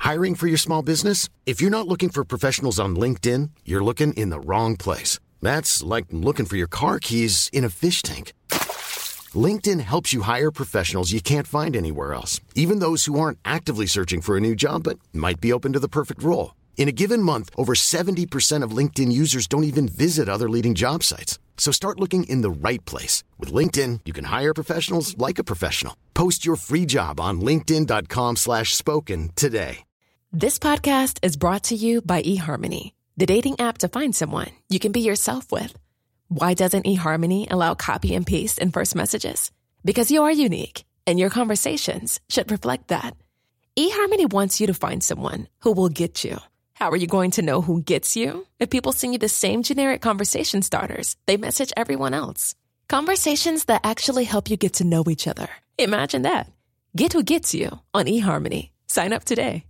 Hiring for your small business? If you're not looking for professionals on LinkedIn, you're looking in the wrong place. That's like looking for your car keys in a fish tank. LinkedIn helps you hire professionals you can't find anywhere else, even those who aren't actively searching for a new job but might be open to the perfect role. In a given month, over 70% of LinkedIn users don't even visit other leading job sites. So start looking in the right place. With LinkedIn, you can hire professionals like a professional. Post your free job on linkedin.com/spoken today. This podcast is brought to you by eHarmony, the dating app to find someone you can be yourself with. Why doesn't eHarmony allow copy and paste in first messages? Because you are unique, and your conversations should reflect that. eHarmony wants you to find someone who will get you. How are you going to know who gets you? If people send you the same generic conversation starters they message everyone else. Conversations that actually help you get to know each other. Imagine that. Get who gets you on eHarmony. Sign up today.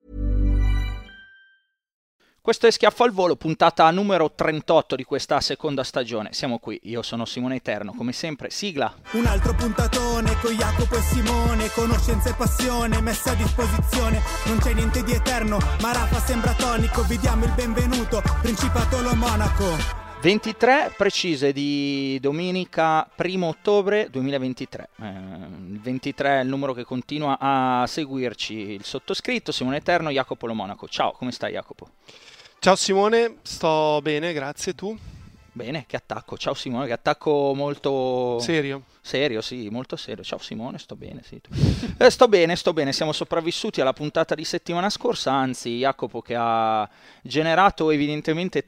Questo è Schiaffo al Volo, puntata numero 38 di questa seconda stagione. Siamo qui, io sono Simone Eterno, come sempre, sigla. Un altro puntatone con Jacopo e Simone, conoscenza e passione messa a disposizione. Non c'è niente di eterno, ma Rafa sembra tonico. Vi diamo il benvenuto, Principato Lo Monaco. 23 precise di domenica 1 ottobre 2023. Il 23 è il numero che continua a seguirci, il sottoscritto, Simone Eterno, Jacopo Lo Monaco. Ciao, come stai Jacopo? Ciao Simone, sto bene, grazie, tu? Bene, che attacco. Ciao Simone, che attacco molto... Serio? Serio, sì, molto serio. Ciao Simone, sto bene, sì. Sto bene, siamo sopravvissuti alla puntata di settimana scorsa, anzi Jacopo che ha generato evidentemente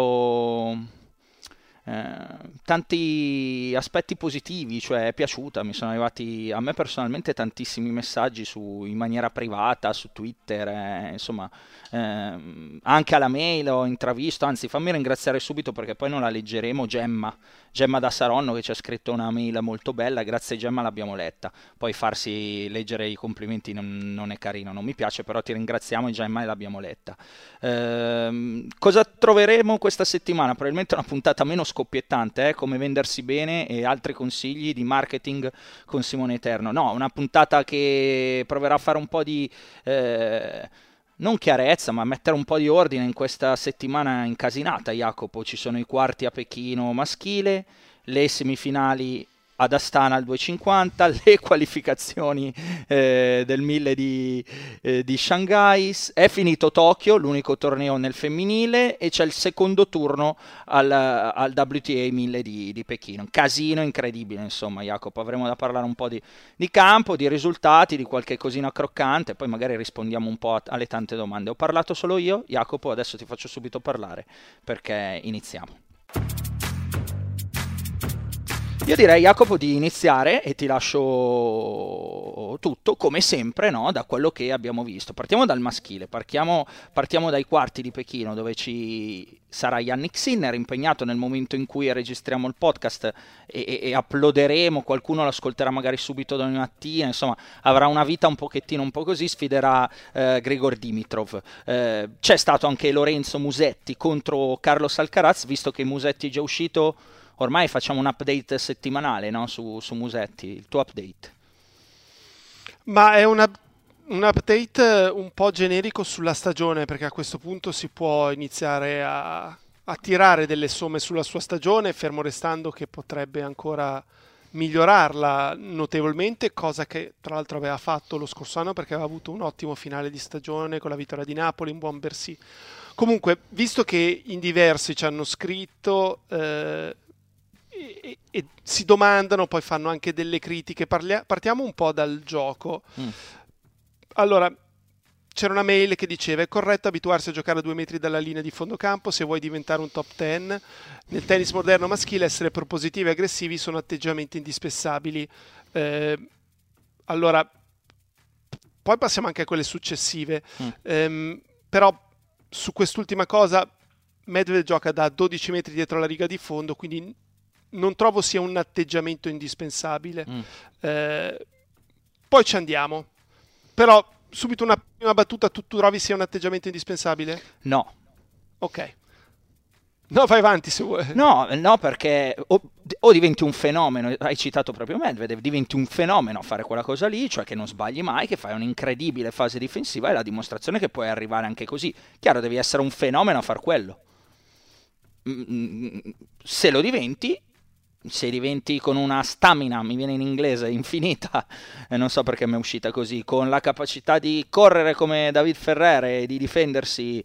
tanti aspetti positivi, cioè è piaciuta, mi sono arrivati a me personalmente tantissimi messaggi in maniera privata, su Twitter, insomma, anche alla mail ho intravisto, anzi fammi ringraziare subito perché poi non la leggeremo, Gemma da Saronno che ci ha scritto una mail molto bella, grazie Gemma, l'abbiamo letta, poi farsi leggere i complimenti non è carino, non mi piace, però ti ringraziamo Gemma e l'abbiamo letta. Cosa troveremo questa settimana? Probabilmente una puntata meno scoppiettante, come vendersi bene e altri consigli di marketing con Simone Eterno. No, una puntata che proverà a fare un po' di non chiarezza, ma mettere un po' di ordine in questa settimana incasinata, Jacopo. Ci sono i quarti a Pechino maschile, le semifinali ad Astana al 250, le qualificazioni del 1000 di Shanghai, è finito Tokyo, l'unico torneo nel femminile, e c'è il secondo turno al WTA 1000 di Pechino. Un casino incredibile, insomma, Jacopo, avremo da parlare un po' di campo, di risultati, di qualche cosina croccante, poi magari rispondiamo un po' alle tante domande. Ho parlato solo io, Jacopo, adesso ti faccio subito parlare, perché iniziamo. Io direi, Jacopo, di iniziare e ti lascio tutto, come sempre, no? Da quello che abbiamo visto. Partiamo dal maschile, partiamo dai quarti di Pechino, dove ci sarà Jannik Sinner, impegnato nel momento in cui registriamo il podcast e uploaderemo, qualcuno lo ascolterà magari subito domani mattina, insomma avrà una vita un pochettino un po' così, sfiderà Grigor Dimitrov. C'è stato anche Lorenzo Musetti contro Carlos Alcaraz, visto che Musetti è già uscito. Ormai facciamo un update settimanale, no? su Musetti, il tuo update. Ma è un update un po' generico sulla stagione, perché a questo punto si può iniziare a tirare delle somme sulla sua stagione, fermo restando che potrebbe ancora migliorarla notevolmente, cosa che tra l'altro aveva fatto lo scorso anno perché aveva avuto un ottimo finale di stagione con la vittoria di Napoli in buon Bercy. Comunque, visto che in diversi ci hanno scritto... E si domandano, poi fanno anche delle critiche. Partiamo un po' dal gioco. Allora, c'era una mail che diceva: è corretto abituarsi a giocare a 2 metri dalla linea di fondo campo se vuoi diventare un top 10. Nel tennis moderno maschile essere propositivi e aggressivi sono atteggiamenti indispensabili. Allora, poi passiamo anche a quelle successive. Però su quest'ultima cosa Medvedev gioca da 12 metri dietro la riga di fondo, quindi non trovo sia un atteggiamento indispensabile. Poi ci andiamo. Però subito una prima battuta, tu trovi sia un atteggiamento indispensabile? No. Ok. No, vai avanti se vuoi. No, perché o diventi un fenomeno, hai citato proprio Medvedev, diventi un fenomeno a fare quella cosa lì, cioè che non sbagli mai, che fai un'incredibile fase difensiva, è la dimostrazione che puoi arrivare anche così. Chiaro, devi essere un fenomeno a far quello. Se lo diventi, se diventi con una stamina, mi viene in inglese, infinita, e non so perché mi è uscita così, con la capacità di correre come David Ferrer e di difendersi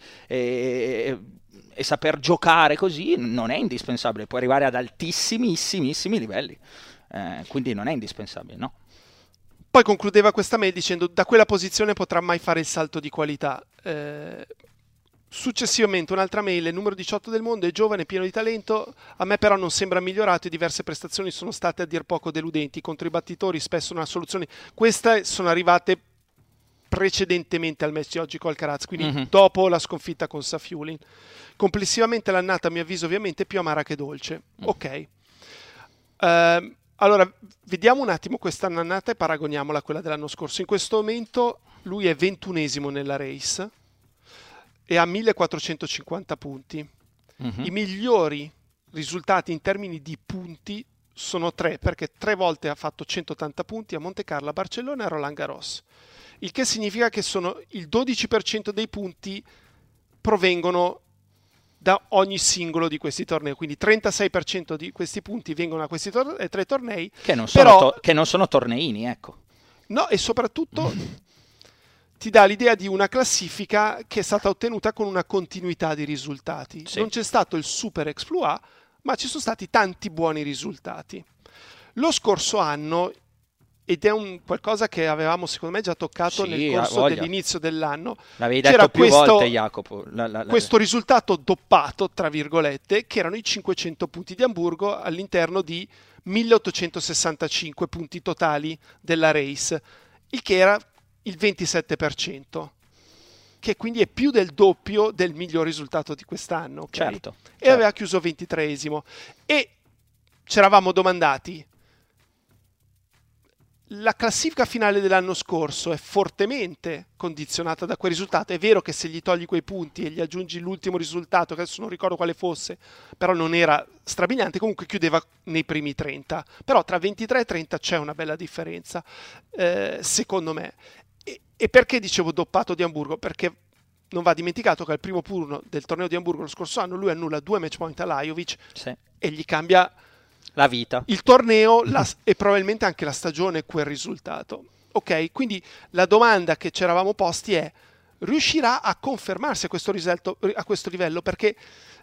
e saper giocare così, non è indispensabile, puoi arrivare ad altissimissimissimi livelli, quindi non è indispensabile, no? Poi concludeva questa mail dicendo: da quella posizione potrà mai fare il salto di qualità. Successivamente un'altra mail: il numero 18 del mondo, è giovane, pieno di talento, a me però non sembra migliorato e diverse prestazioni sono state a dir poco deludenti, contro i battitori spesso non ha soluzioni. Queste sono arrivate precedentemente al match di oggi con Alcaraz, quindi dopo la sconfitta con Safiulin. Complessivamente l'annata, a mio avviso, ovviamente è più amara che dolce. Ok. Allora, vediamo un attimo questa annata e paragoniamola a quella dell'anno scorso. In questo momento lui è 21esimo nella race e ha 1450 punti. I migliori risultati in termini di punti sono 3, perché 3 volte ha fatto 180 punti a Monte Carlo, a Barcellona e a Roland Garros. Il che significa che il 12% dei punti provengono da ogni singolo di questi tornei, quindi 36% di questi punti vengono da questi 3 tornei. Che non sono torneini, ecco. No, e soprattutto ti dà l'idea di una classifica che è stata ottenuta con una continuità di risultati. Sì. Non c'è stato il super exploit, ma ci sono stati tanti buoni risultati. Lo scorso anno, ed è qualcosa che avevamo secondo me già toccato nel corso dell'inizio dell'anno, l'avevi detto più volte, Jacopo, questo risultato doppato, tra virgolette, che erano i 500 punti di Amburgo all'interno di 1865 punti totali della race, il che era il 27%, che quindi è più del doppio del miglior risultato di quest'anno. Okay? Certo. E aveva chiuso 23esimo. E ci eravamo domandati: la classifica finale dell'anno scorso è fortemente condizionata da quel risultato. È vero che se gli togli quei punti e gli aggiungi l'ultimo risultato, che adesso non ricordo quale fosse, però non era strabiliante, comunque chiudeva nei primi 30. Però tra 23 e 30 c'è una bella differenza, secondo me. E perché dicevo doppato di Amburgo? Perché non va dimenticato che al primo turno del torneo di Amburgo lo scorso anno lui annulla 2 match point a Lajovic, sì, e gli cambia la vita, il torneo e probabilmente anche la stagione, quel risultato. Ok, quindi la domanda che ci eravamo posti è: riuscirà a confermarsi a questo livello? Perché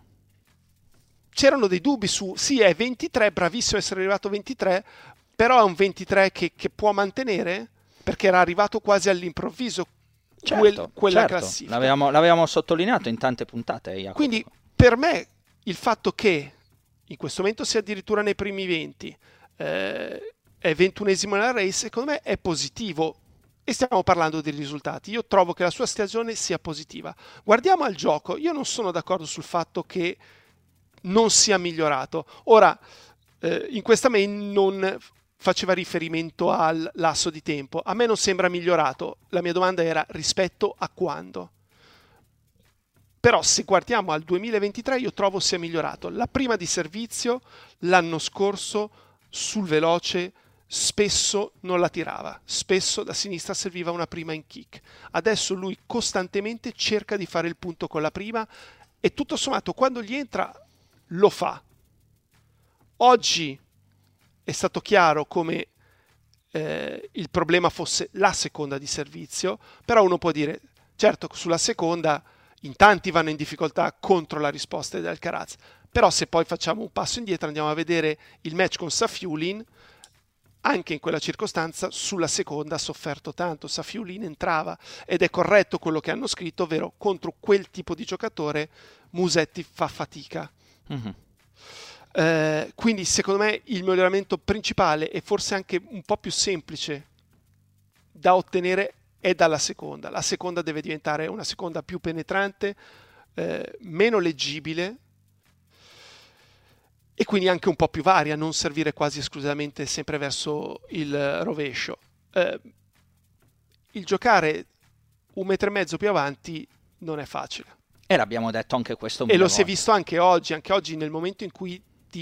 c'erano dei dubbi su, sì, è 23, bravissimo essere arrivato a 23, però è un 23 che può mantenere, perché era arrivato quasi all'improvviso. Quella classifica. L'avevamo sottolineato in tante puntate, Jacopo. Quindi per me il fatto che in questo momento sia addirittura nei primi 20, è 21esimo nella race, secondo me è positivo. E stiamo parlando dei risultati. Io trovo che la sua stagione sia positiva. Guardiamo al gioco. Io non sono d'accordo sul fatto che non sia migliorato. Ora, in questa mail non faceva riferimento al lasso di tempo. A me non sembra migliorato. La mia domanda era: rispetto a quando? Però se guardiamo al 2023 io trovo sia migliorato. La prima di servizio l'anno scorso sul veloce spesso non la tirava, spesso da sinistra serviva una prima in kick. Adesso lui costantemente cerca di fare il punto con la prima e tutto sommato quando gli entra lo fa. Oggi è stato chiaro come il problema fosse la seconda di servizio, però uno può dire, certo, sulla seconda in tanti vanno in difficoltà contro la risposta di Alcaraz, però se poi facciamo un passo indietro, andiamo a vedere il match con Safiulin, anche in quella circostanza sulla seconda ha sofferto tanto. Safiulin entrava, ed è corretto quello che hanno scritto, ovvero contro quel tipo di giocatore Musetti fa fatica. Quindi secondo me il miglioramento principale e forse anche un po' più semplice da ottenere è dalla seconda. La seconda deve diventare una seconda più penetrante, meno leggibile e quindi anche un po' più varia, non servire quasi esclusivamente sempre verso il rovescio. Il giocare 1,5 metri più avanti non è facile. E l'abbiamo detto anche questo. E lo si è visto anche oggi nel momento in cui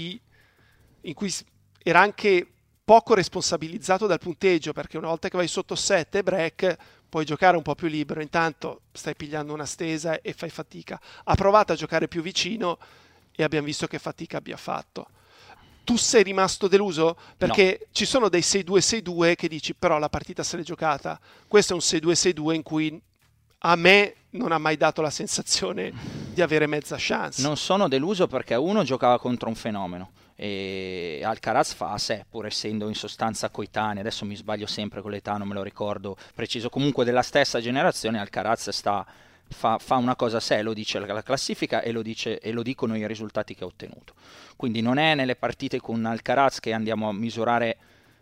era anche poco responsabilizzato dal punteggio, perché una volta che vai sotto 7 break puoi giocare un po' più libero, intanto stai pigliando una stesa e fai fatica. Ha provato a giocare più vicino e abbiamo visto che fatica abbia fatto. Tu sei rimasto deluso? Perché no. Ci sono dei 6-2-6-2 che dici però la partita se l'è giocata. Questo è un 6-2-6-2 in cui a me non ha mai dato la sensazione di avere mezza chance. Non sono deluso perché uno giocava contro un fenomeno e Alcaraz fa a sé, pur essendo in sostanza coetaneo. Adesso mi sbaglio sempre con l'età, non me lo ricordo preciso, comunque della stessa generazione. Alcaraz fa una cosa a sé, lo dice la classifica e lo dicono i risultati che ha ottenuto. Quindi non è nelle partite con Alcaraz che andiamo a misurare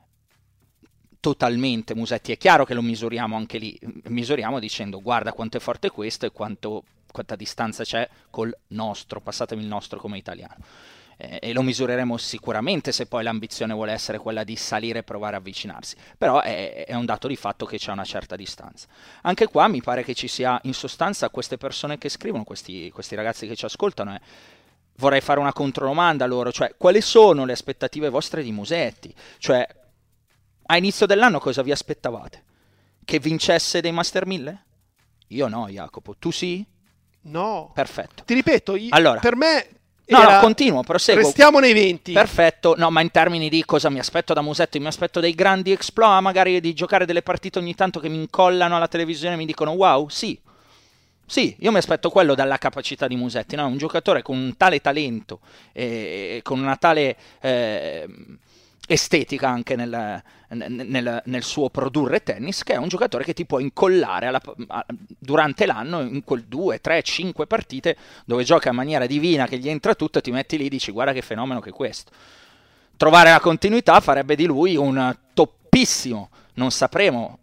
totalmente Musetti. È chiaro che lo misuriamo anche lì, misuriamo dicendo guarda quanto è forte questo e quanta distanza c'è col nostro, passatemi il nostro come italiano. E lo misureremo sicuramente se poi l'ambizione vuole essere quella di salire e provare a avvicinarsi, però è un dato di fatto che c'è una certa distanza. Anche qua mi pare che ci sia in sostanza queste persone che scrivono, questi ragazzi che ci ascoltano, vorrei fare una controdomanda a loro, cioè quali sono le aspettative vostre di Musetti? Cioè a inizio dell'anno cosa vi aspettavate? Che vincesse dei Master 1000? Io no, Jacopo, tu sì? No. Perfetto. Ti ripeto, allora, per me no, continuo, proseguo. Restiamo nei 20. Perfetto, no, ma in termini di cosa mi aspetto da Musetti, mi aspetto dei grandi exploit, magari di giocare delle partite ogni tanto che mi incollano alla televisione e mi dicono wow, sì, io mi aspetto quello dalla capacità di Musetti, no? Un giocatore con un tale talento e con una tale estetica anche nel suo produrre tennis, che è un giocatore che ti può incollare durante l'anno in quel 2, 3, 5 partite dove gioca in maniera divina, che gli entra tutto e ti metti lì e dici guarda che fenomeno che è questo. Trovare la continuità farebbe di lui un toppissimo, non sapremo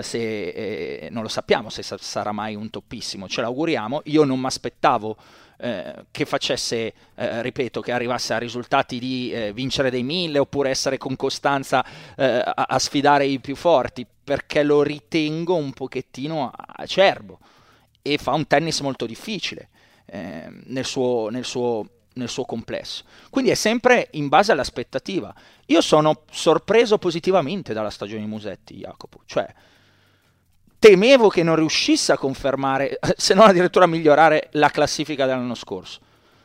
non lo sappiamo se sarà mai un toppissimo, ce l'auguriamo. Io non mi aspettavo che facesse, ripeto, che arrivasse a risultati di vincere dei 1000 oppure essere con costanza a sfidare i più forti, perché lo ritengo un pochettino acerbo e fa un tennis molto difficile nel suo complesso. Quindi è sempre in base all'aspettativa. Io sono sorpreso positivamente dalla stagione di Musetti, Jacopo, cioè temevo che non riuscisse a confermare, se non addirittura a migliorare la classifica dell'anno scorso.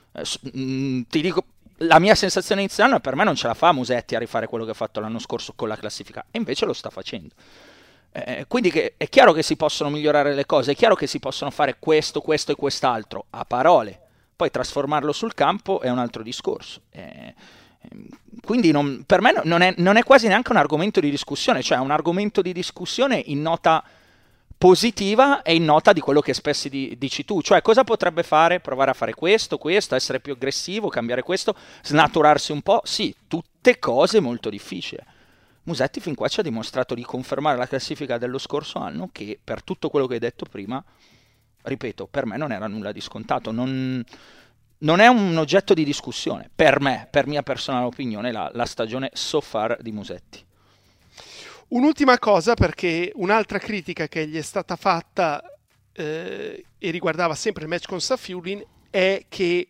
Ti dico, la mia sensazione iniziale è per me non ce la fa Musetti a rifare quello che ha fatto l'anno scorso con la classifica, e invece lo sta facendo. Quindi è chiaro che si possono migliorare le cose, è chiaro che si possono fare questo e quest'altro a parole, poi trasformarlo sul campo è un altro discorso. Quindi per me non è quasi neanche un argomento di discussione, cioè un argomento di discussione in nota positiva e in nota di quello che spesso dici tu, cioè cosa potrebbe fare, provare a fare questo, essere più aggressivo, cambiare questo, snaturarsi un po', sì, tutte cose molto difficili. Musetti fin qua ci ha dimostrato di confermare la classifica dello scorso anno, che per tutto quello che hai detto prima, ripeto, per me non era nulla di scontato, non è un oggetto di discussione, per me, per mia personale opinione, la stagione so far di Musetti. Un'ultima cosa, perché un'altra critica che gli è stata fatta e riguardava sempre il match con Safiullin è che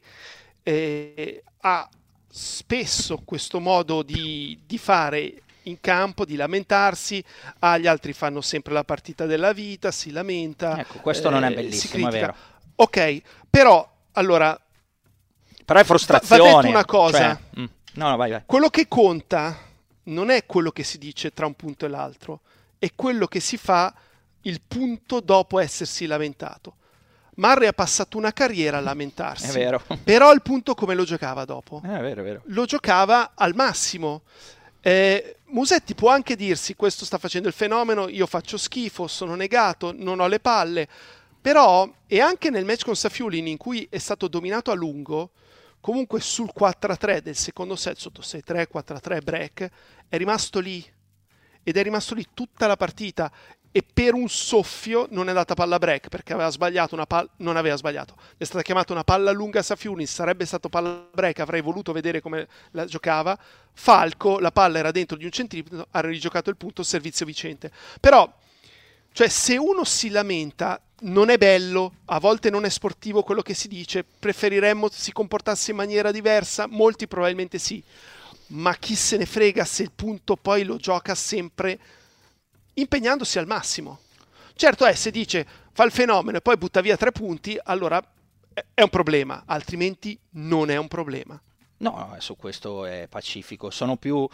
ha spesso questo modo di fare in campo, di lamentarsi, gli altri fanno sempre la partita della vita, si lamenta. Ecco, questo non è bellissimo, è vero. Ok, però allora è frustrazione. Va detto una cosa. Cioè, no, vai. Quello che conta non è quello che si dice tra un punto e l'altro, è quello che si fa il punto dopo essersi lamentato. Murray ha passato una carriera a lamentarsi. È vero. Però il punto come lo giocava dopo? È vero. Lo giocava al massimo. Musetti può anche dirsi questo sta facendo il fenomeno, io faccio schifo, sono negato, non ho le palle. Però, e anche nel match con Safiullin in cui è stato dominato a lungo, comunque sul 4-3 del secondo set, sotto 6-3, 4-3 break, è rimasto lì. Ed è rimasto lì tutta la partita. E per un soffio non è andata palla break, perché aveva sbagliato non aveva sbagliato. È stata chiamata una palla lunga a Safiullin, sarebbe stato palla break, avrei voluto vedere come la giocava. Falco, la palla era dentro di un centimetro, ha rigiocato il punto, servizio vincente. Però, cioè, se uno si lamenta, non è bello, a volte non è sportivo quello che si dice, preferiremmo si comportasse in maniera diversa, molti probabilmente sì, ma chi se ne frega se il punto poi lo gioca sempre impegnandosi al massimo. Certo se dice fa il fenomeno e poi butta via 3 punti, allora è un problema, altrimenti non è un problema. No, su questo è pacifico, sono più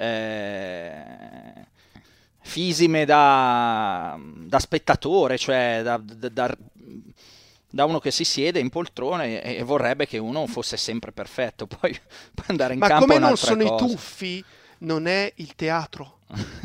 fisime da spettatore, cioè da uno che si siede in poltrone e vorrebbe che uno fosse sempre perfetto, poi andare in Ma campo come è non un'altra sono cosa. i tuffi, non è il teatro.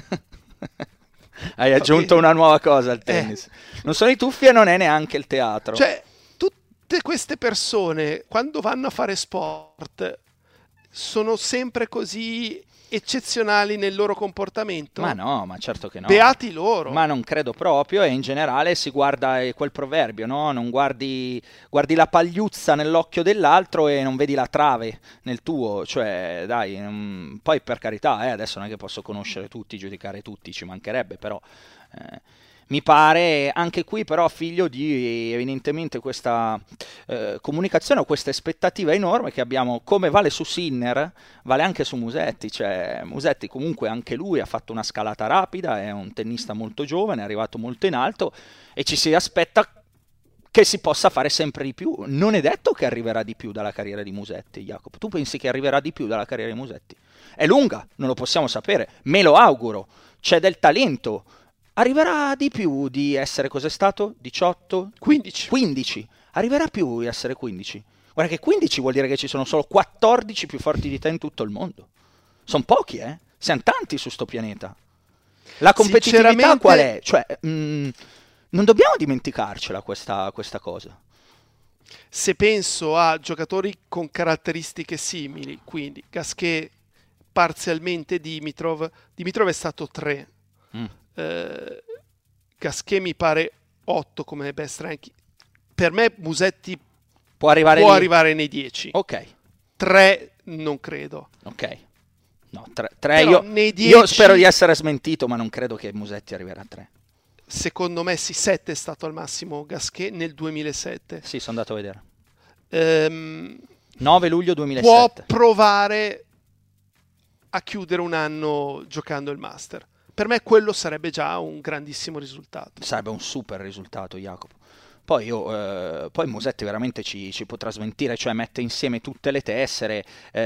Hai aggiunto una nuova cosa al tennis. Non sono i tuffi e non è neanche il teatro. Cioè, tutte queste persone, quando vanno a fare sport, sono sempre così eccezionali nel loro comportamento? Ma no, ma certo che no. Beati loro. Ma non credo proprio, e in generale si guarda quel proverbio, no? Non guardi la pagliuzza nell'occhio dell'altro e non vedi la trave nel tuo, cioè dai, poi per carità, adesso non è che posso conoscere tutti, giudicare tutti, ci mancherebbe, però mi pare anche qui però figlio di evidentemente questa comunicazione o questa aspettativa enorme che abbiamo, come vale su Sinner, vale anche su Musetti, cioè Musetti comunque anche lui ha fatto una scalata rapida, è un tennista molto giovane, è arrivato molto in alto e ci si aspetta che si possa fare sempre di più. Non è detto che arriverà di più dalla carriera di Musetti, Jacopo. Tu pensi che arriverà di più dalla carriera di Musetti? È lunga, non lo possiamo sapere, me lo auguro, c'è del talento. Arriverà di più di essere cos'è stato? 18? 15. Arriverà più di essere 15. Guarda che 15 vuol dire che ci sono solo 14 più forti di te in tutto il mondo. Sono pochi, Siamo tanti su sto pianeta. La competitività qual è? Cioè, non dobbiamo dimenticarcela questa cosa. Se penso a giocatori con caratteristiche simili, quindi Gasquet, parzialmente Dimitrov è stato 3. Gasquet mi pare 8 come best ranking. Per me Musetti può arrivare nei 10. Ok. 3 non credo. Ok. No, 3 io spero di essere smentito, ma non credo che Musetti arriverà a 3. Secondo me sì, 7 è stato al massimo Gasquet nel 2007. Sì, sono andato a vedere. 9 luglio 2007. Può provare a chiudere un anno giocando il Master. Per me quello sarebbe già un grandissimo risultato. Sarebbe un super risultato, Jacopo. Poi Musetti veramente ci potrà smentire, cioè mette insieme tutte le tessere,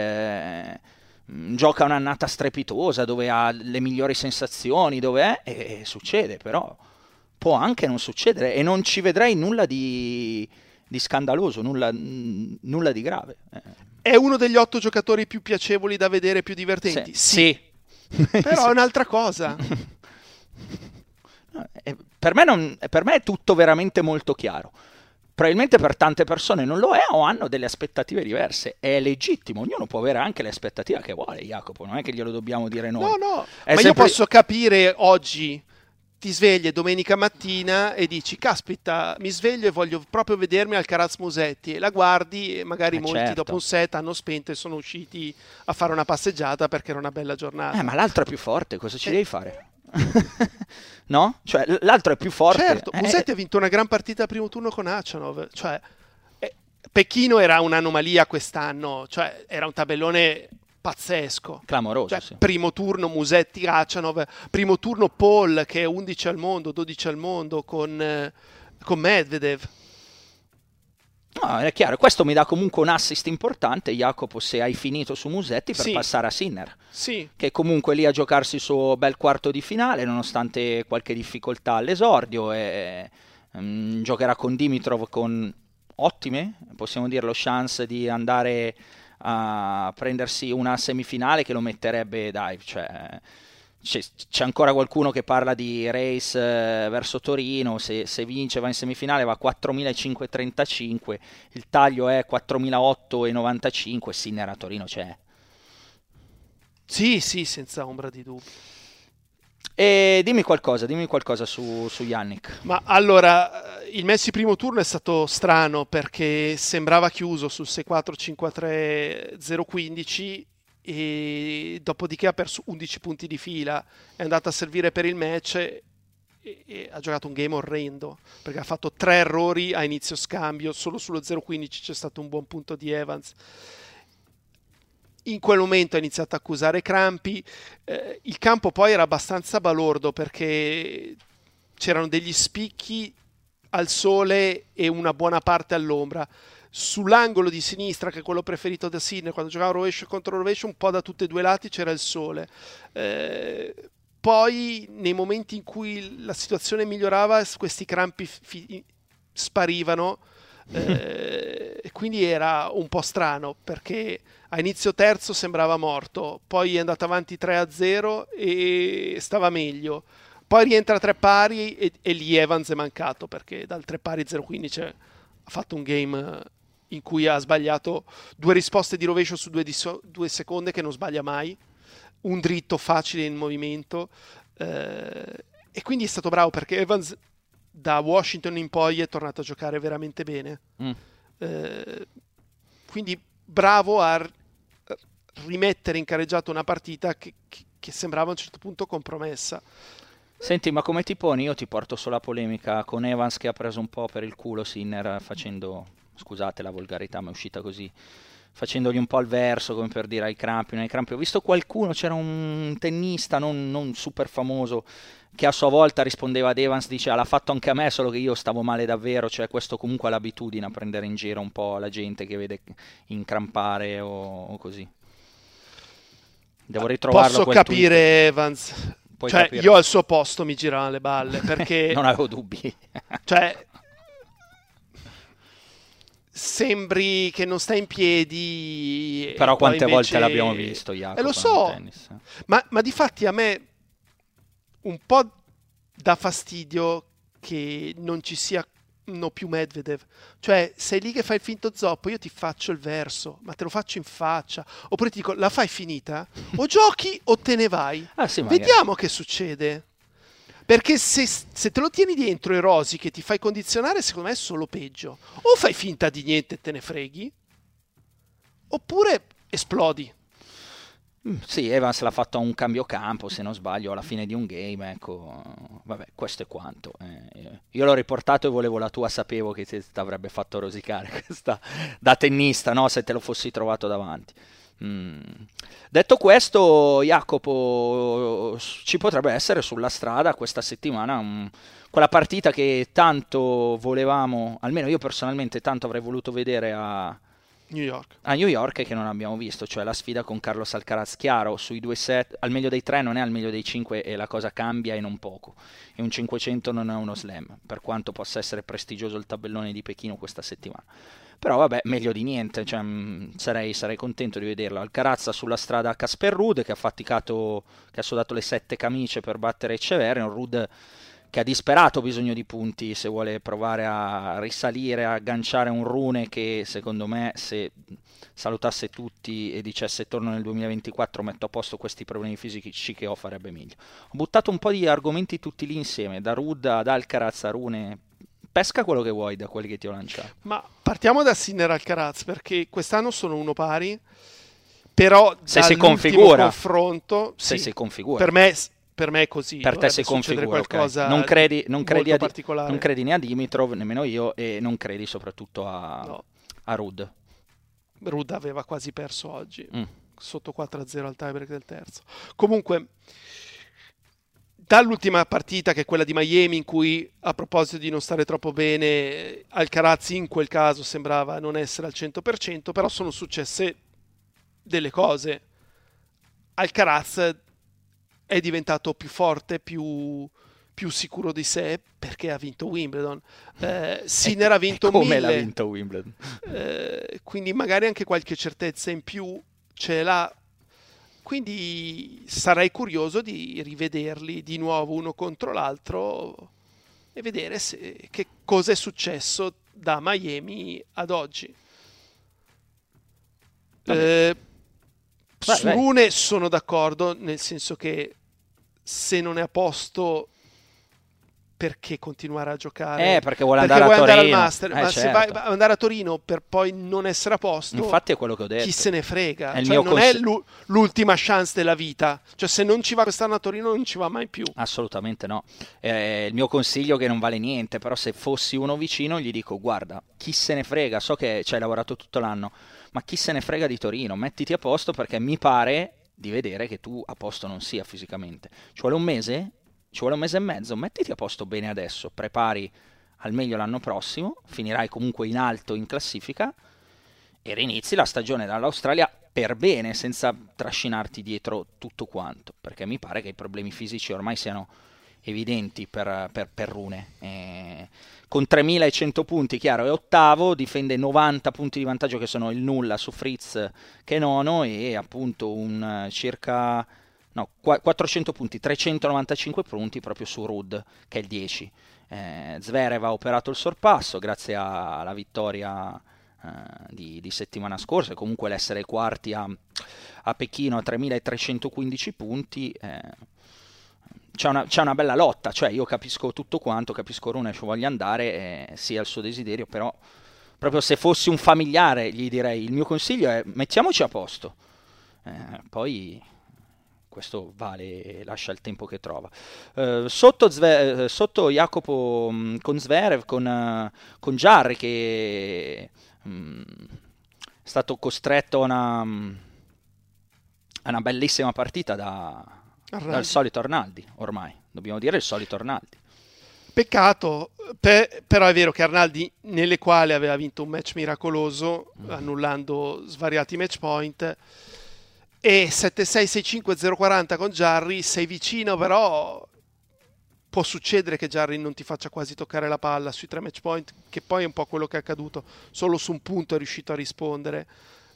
gioca un'annata strepitosa dove ha le migliori sensazioni, e succede, però può anche non succedere e non ci vedrei nulla di scandaloso, nulla di grave. È uno degli 8 giocatori più piacevoli da vedere, più divertenti? Sì. Però è un'altra cosa. Per me è tutto veramente molto chiaro. Probabilmente per tante persone non lo è o hanno delle aspettative diverse. È legittimo, ognuno può avere anche le aspettative che vuole, Jacopo, non è che glielo dobbiamo dire noi. No, ma io posso capire oggi, ti svegli domenica mattina e dici, caspita, mi sveglio e voglio proprio vedermi Alcaraz Musetti, e la guardi e magari molti certo. dopo un set hanno spento e sono usciti a fare una passeggiata perché era una bella giornata. Ma l'altro è più forte, cosa ci devi fare? No? Cioè, l'altro è più forte. Certo, Musetti ha vinto una gran partita al primo turno con Khachanov, cioè Pechino era un'anomalia quest'anno, cioè era un tabellone pazzesco, clamoroso, cioè, sì. Primo turno Musetti, Khachanov, primo turno Paul che è 11 al mondo, 12 al mondo con Medvedev. No, è chiaro, questo mi dà comunque un assist importante, Jacopo, se hai finito su Musetti per passare a Sinner, che comunque lì a giocarsi il suo bel quarto di finale nonostante qualche difficoltà all'esordio e giocherà con Dimitrov con ottime, possiamo dire, lo chance di andare a prendersi una semifinale che lo metterebbe, cioè c'è ancora qualcuno che parla di race verso Torino, se vince va in semifinale va a 4.535, il taglio è 4.895, Sinner a Torino c'è. Sì, senza ombra di dubbio. E dimmi qualcosa su Jannik. Ma allora, il Messi primo turno è stato strano perché sembrava chiuso sul 6-4, 5-3, 0-15 e dopodiché ha perso 11 punti di fila, è andato a servire per il match e ha giocato un game orrendo, perché ha fatto 3 errori a inizio scambio, solo sullo 0-15 c'è stato un buon punto di Evans. In quel momento ha iniziato a accusare crampi, il campo poi era abbastanza balordo perché c'erano degli spicchi al sole e una buona parte all'ombra. Sull'angolo di sinistra, che è quello preferito da Sinner, quando giocava rovescio contro rovescio, un po' da tutti e due i lati c'era il sole. Poi nei momenti in cui la situazione migliorava, questi crampi sparivano, e quindi era un po' strano, perché a inizio terzo sembrava morto, poi è andato avanti 3-0 e stava meglio, poi rientra a 3 pari e lì Evans è mancato, perché dal 3 pari 0-15 ha fatto un game in cui ha sbagliato 2 risposte di rovescio su 2 seconde, che non sbaglia mai, un dritto facile in movimento, e quindi è stato bravo, perché Evans da Washington in poi è tornato a giocare veramente bene. Quindi bravo a rimettere in careggiato una partita che sembrava a un certo punto compromessa. Senti, ma come ti poni? Io ti porto sulla polemica con Evans, che ha preso un po' per il culo Sinner facendo, scusate la volgarità, ma è uscita così, facendogli un po' il verso, come per dire ai crampi, non ai crampi. Ho visto qualcuno, c'era un tennista non super famoso, che a sua volta rispondeva ad Evans, dice l'ha fatto anche a me, solo che io stavo male davvero. Cioè questo comunque ha l'abitudine a prendere in giro un po' la gente che vede incrampare o così. Devo ritrovarlo. Posso capire tweet. Evans, cioè capire. Io al suo posto mi giravo le balle, perché non avevo dubbi. Cioè sembri che non stai in piedi, però quante invece... volte l'abbiamo visto, Jacopo, lo so, ma difatti a me un po' dà fastidio che non ci siano più Medvedev. Cioè, sei lì che fai il finto zoppo, io ti faccio il verso, ma te lo faccio in faccia, oppure ti dico, la fai finita? O giochi o te ne vai. Sì, vediamo che succede. Perché se te lo tieni dentro e rosi che ti fai condizionare, secondo me è solo peggio. O fai finta di niente e te ne freghi, oppure esplodi. Sì, Evans l'ha fatto a un cambio campo, se non sbaglio, alla fine di un game, ecco. Vabbè, questo è quanto. Io l'ho riportato e volevo la tua, sapevo che ti avrebbe fatto rosicare questa da tennista, no? Se te lo fossi trovato davanti. Detto questo, Jacopo, ci potrebbe essere sulla strada questa settimana quella partita che tanto volevamo, almeno io personalmente tanto avrei voluto vedere a New York, e che non abbiamo visto, cioè la sfida con Carlos Alcaraz. Chiaro, sui 2 set al meglio dei 3 non è al meglio dei 5 e la cosa cambia, e non poco, e un 500 non è uno slam, per quanto possa essere prestigioso il tabellone di Pechino questa settimana. Però vabbè, meglio di niente, cioè, sarei contento di vederlo. Alcaraz sulla strada a Casper Ruud, che ha faticato, che ha sudato le 7 camicie per battere Echeverri, un Ruud che ha disperato bisogno di punti se vuole provare a risalire, a agganciare un Rune che secondo me, se salutasse tutti e dicesse torno nel 2024, metto a posto questi problemi fisici che ho, farebbe meglio. Ho buttato un po' di argomenti tutti lì insieme, da Ruud ad Alcaraz a Rune. Pesca quello che vuoi da quelli che ti ho lanciato. Ma partiamo da Sinner Alcaraz, perché quest'anno sono uno pari, però se si configura confronto, se sì, si configura, per me è così. Per te si configura qualcosa, okay. Non credi né a Dimitrov, nemmeno io, e non credi soprattutto a Ruud. Ruud aveva quasi perso oggi, sotto 4-0 al tiebreak del terzo. Comunque, dall'ultima partita, che è quella di Miami, in cui, a proposito di non stare troppo bene, Alcaraz in quel caso sembrava non essere al 100%, però sono successe delle cose. Alcaraz è diventato più forte, più sicuro di sé, perché ha vinto Wimbledon. Sinner ha vinto come 1000. l'ha vinto Wimbledon. Quindi magari anche qualche certezza in più ce l'ha. Quindi sarei curioso di rivederli di nuovo uno contro l'altro e vedere che cosa è successo da Miami ad oggi. Su Rune sono d'accordo, nel senso che se non è a posto perché continuare a giocare? Perché vuole andare a Torino. Al Master, ma certo. se vai a andare a Torino per poi non essere a posto, infatti è quello che ho detto. Chi se ne frega? È non è l'ultima chance della vita. Cioè, se non ci va quest'anno a Torino, non ci va mai più. Assolutamente no. Il mio consiglio che non vale niente, però se fossi uno vicino gli dico: guarda, chi se ne frega, so che ci hai lavorato tutto l'anno, ma chi se ne frega di Torino? Mettiti a posto, perché mi pare di vedere che tu a posto non sia fisicamente. Ci vuole un mese? Ci vuole un mese e mezzo, mettiti a posto bene adesso, prepari al meglio l'anno prossimo, finirai comunque in alto in classifica e rinizi la stagione dall'Australia per bene, senza trascinarti dietro tutto quanto, perché mi pare che i problemi fisici ormai siano evidenti per Rune. Con 3100 punti, chiaro, è ottavo, difende 90 punti di vantaggio che sono il nulla su Fritz che è nono, e appunto un circa... No, 400 punti, 395 punti proprio su Ruud, che è il 10. Zverev ha operato il sorpasso grazie alla vittoria di settimana scorsa, e comunque l'essere quarti a Pechino a 3315 punti. C'è una bella lotta, cioè io capisco tutto quanto, capisco Rune ci voglia andare, sia il suo desiderio, però proprio se fossi un familiare gli direi: il mio consiglio è mettiamoci a posto, poi... questo vale, lascia il tempo che trova. Sotto Jacopo con Zverev, con Jarry, che è stato costretto a una bellissima partita dal solito Arnaldi, ormai, dobbiamo dire il solito Arnaldi. Peccato, però è vero che Arnaldi, nelle quali aveva vinto un match miracoloso, annullando svariati match point, e 7-6, 6-5, 0-40 con Jarry, sei vicino, però può succedere che Jarry non ti faccia quasi toccare la palla sui 3 match point, che poi è un po' quello che è accaduto, solo su un punto è riuscito a rispondere.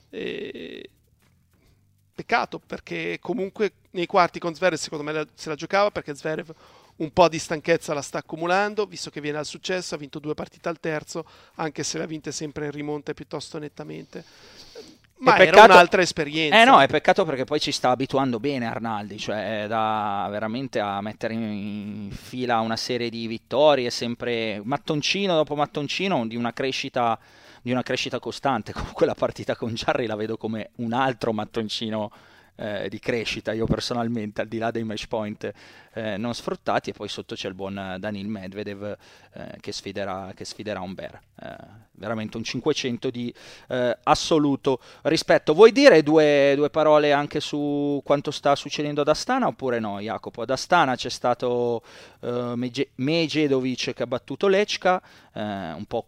Peccato, perché comunque nei quarti con Zverev secondo me se la giocava, perché Zverev un po' di stanchezza la sta accumulando, visto che viene al successo, ha vinto 2 partite al terzo, anche se le ha vinte sempre in rimonte piuttosto nettamente. Ma era un'altra esperienza. No, è peccato, perché poi ci sta abituando bene Arnaldi, cioè da veramente a mettere in fila una serie di vittorie, sempre mattoncino dopo mattoncino, di una crescita costante. Comunque la partita con Jarry la vedo come un altro mattoncino di crescita, io personalmente, al di là dei match point non sfruttati. E poi sotto c'è il buon Daniil Medvedev che sfiderà Humbert, veramente un 500 di assoluto rispetto. Vuoi dire due parole anche su quanto sta succedendo ad Astana, oppure no, Jacopo? Ad Astana c'è stato Medjedovic che ha battuto Lechka, un po'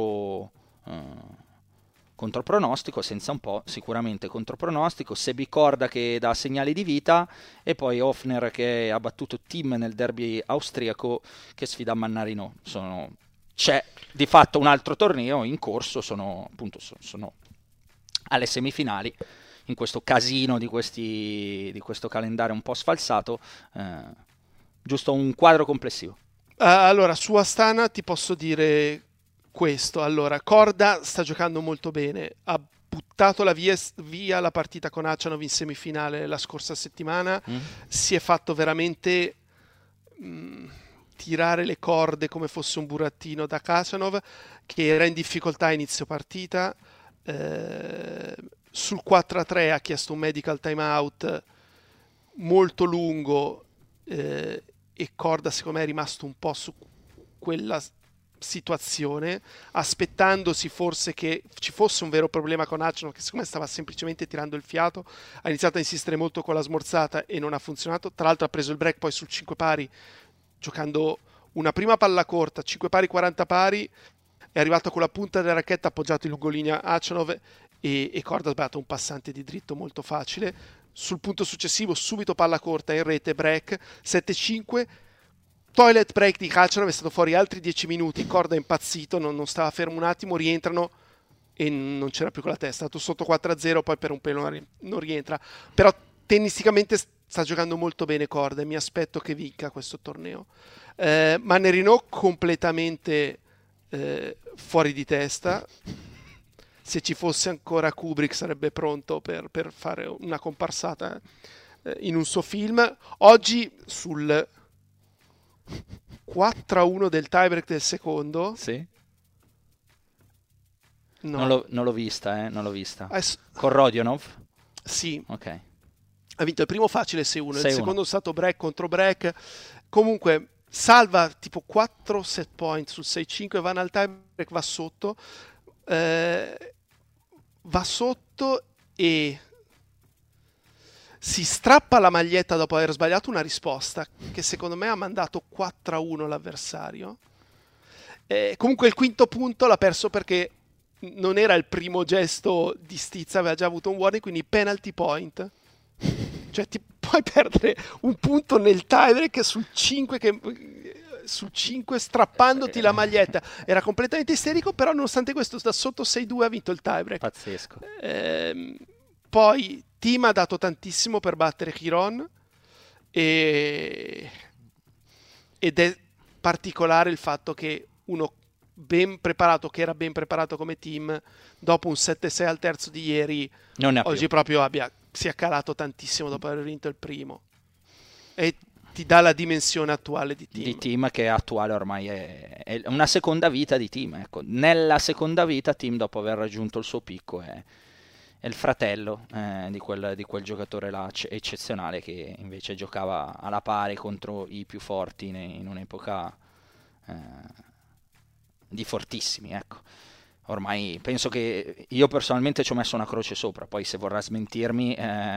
contropronostico, senza un po', sicuramente contropronostico. Sebi Korda che dà segnali di vita, e poi Hofner che ha battuto Thiem nel derby austriaco, che sfida Mannarino. C'è di fatto un altro torneo in corso, sono alle semifinali, in questo casino di questo calendario un po' sfalsato, giusto un quadro complessivo. Allora, su Astana ti posso dire questo. Allora, Korda sta giocando molto bene, ha buttato via la partita con Khachanov in semifinale la scorsa settimana, si è fatto veramente tirare le corde come fosse un burattino da Khachanov, che era in difficoltà a inizio partita. Sul 4-3 ha chiesto un medical timeout molto lungo, e Korda secondo me è rimasto un po' su quella situazione, aspettandosi forse che ci fosse un vero problema con Khachanov, che secondo me stava semplicemente tirando il fiato. Ha iniziato a insistere molto con la smorzata e non ha funzionato. Tra l'altro ha preso il break poi sul 5 pari, giocando una prima palla corta, 5 pari 40 pari, è arrivato con la punta della racchetta, appoggiato in lungolinea Khachanov, e Korda ha sbagliato un passante di dritto molto facile. Sul punto successivo subito palla corta in rete, break 7-5, toilet break di Khachanov, è stato fuori altri 10 minuti. Korda è impazzito, non stava fermo un attimo, rientrano e non c'era più con la testa, è stato sotto 4-0, poi per un pelo non rientra, però tennisticamente sta giocando molto bene Korda e mi aspetto che vinca questo torneo. Mannarino completamente fuori di testa. Se ci fosse ancora Kubrick sarebbe pronto per fare una comparsata in un suo film. Oggi sul 4-1 del tiebreak del secondo. Sì. No. Non l'ho vista, non l'ho vista. Adesso... Con Rodionov? Sì. Ok. Ha vinto il primo facile 6-1, 6-1. Il secondo è stato break contro break. Comunque salva tipo 4 set point sul 6-5, va al tiebreak, va sotto e si strappa la maglietta dopo aver sbagliato una risposta che secondo me ha mandato 4-1 l'avversario. Comunque il quinto punto l'ha perso perché non era il primo gesto di stizza, aveva già avuto un warning, quindi penalty point. Cioè ti puoi perdere un punto nel tiebreak sul 5 strappandoti la maglietta. Era completamente isterico, però nonostante questo da sotto 6-2 ha vinto il tiebreak. Pazzesco. Poi Team ha dato tantissimo per battere Chiron ed è particolare il fatto che uno ben preparato, che era ben preparato come Team, dopo un 7-6 al terzo di ieri, non ne ha oggi più. proprio si è calato tantissimo dopo aver vinto il primo, e ti dà la dimensione attuale di Team. Di Team, che è attuale ormai è una seconda vita di Team, ecco. Nella seconda vita Team, dopo aver raggiunto il suo picco, è il fratello di quel giocatore là eccezionale, che invece giocava alla pari contro i più forti in un'epoca di fortissimi, ecco. Ormai penso che io personalmente ci ho messo una croce sopra, poi se vorrà smentirmi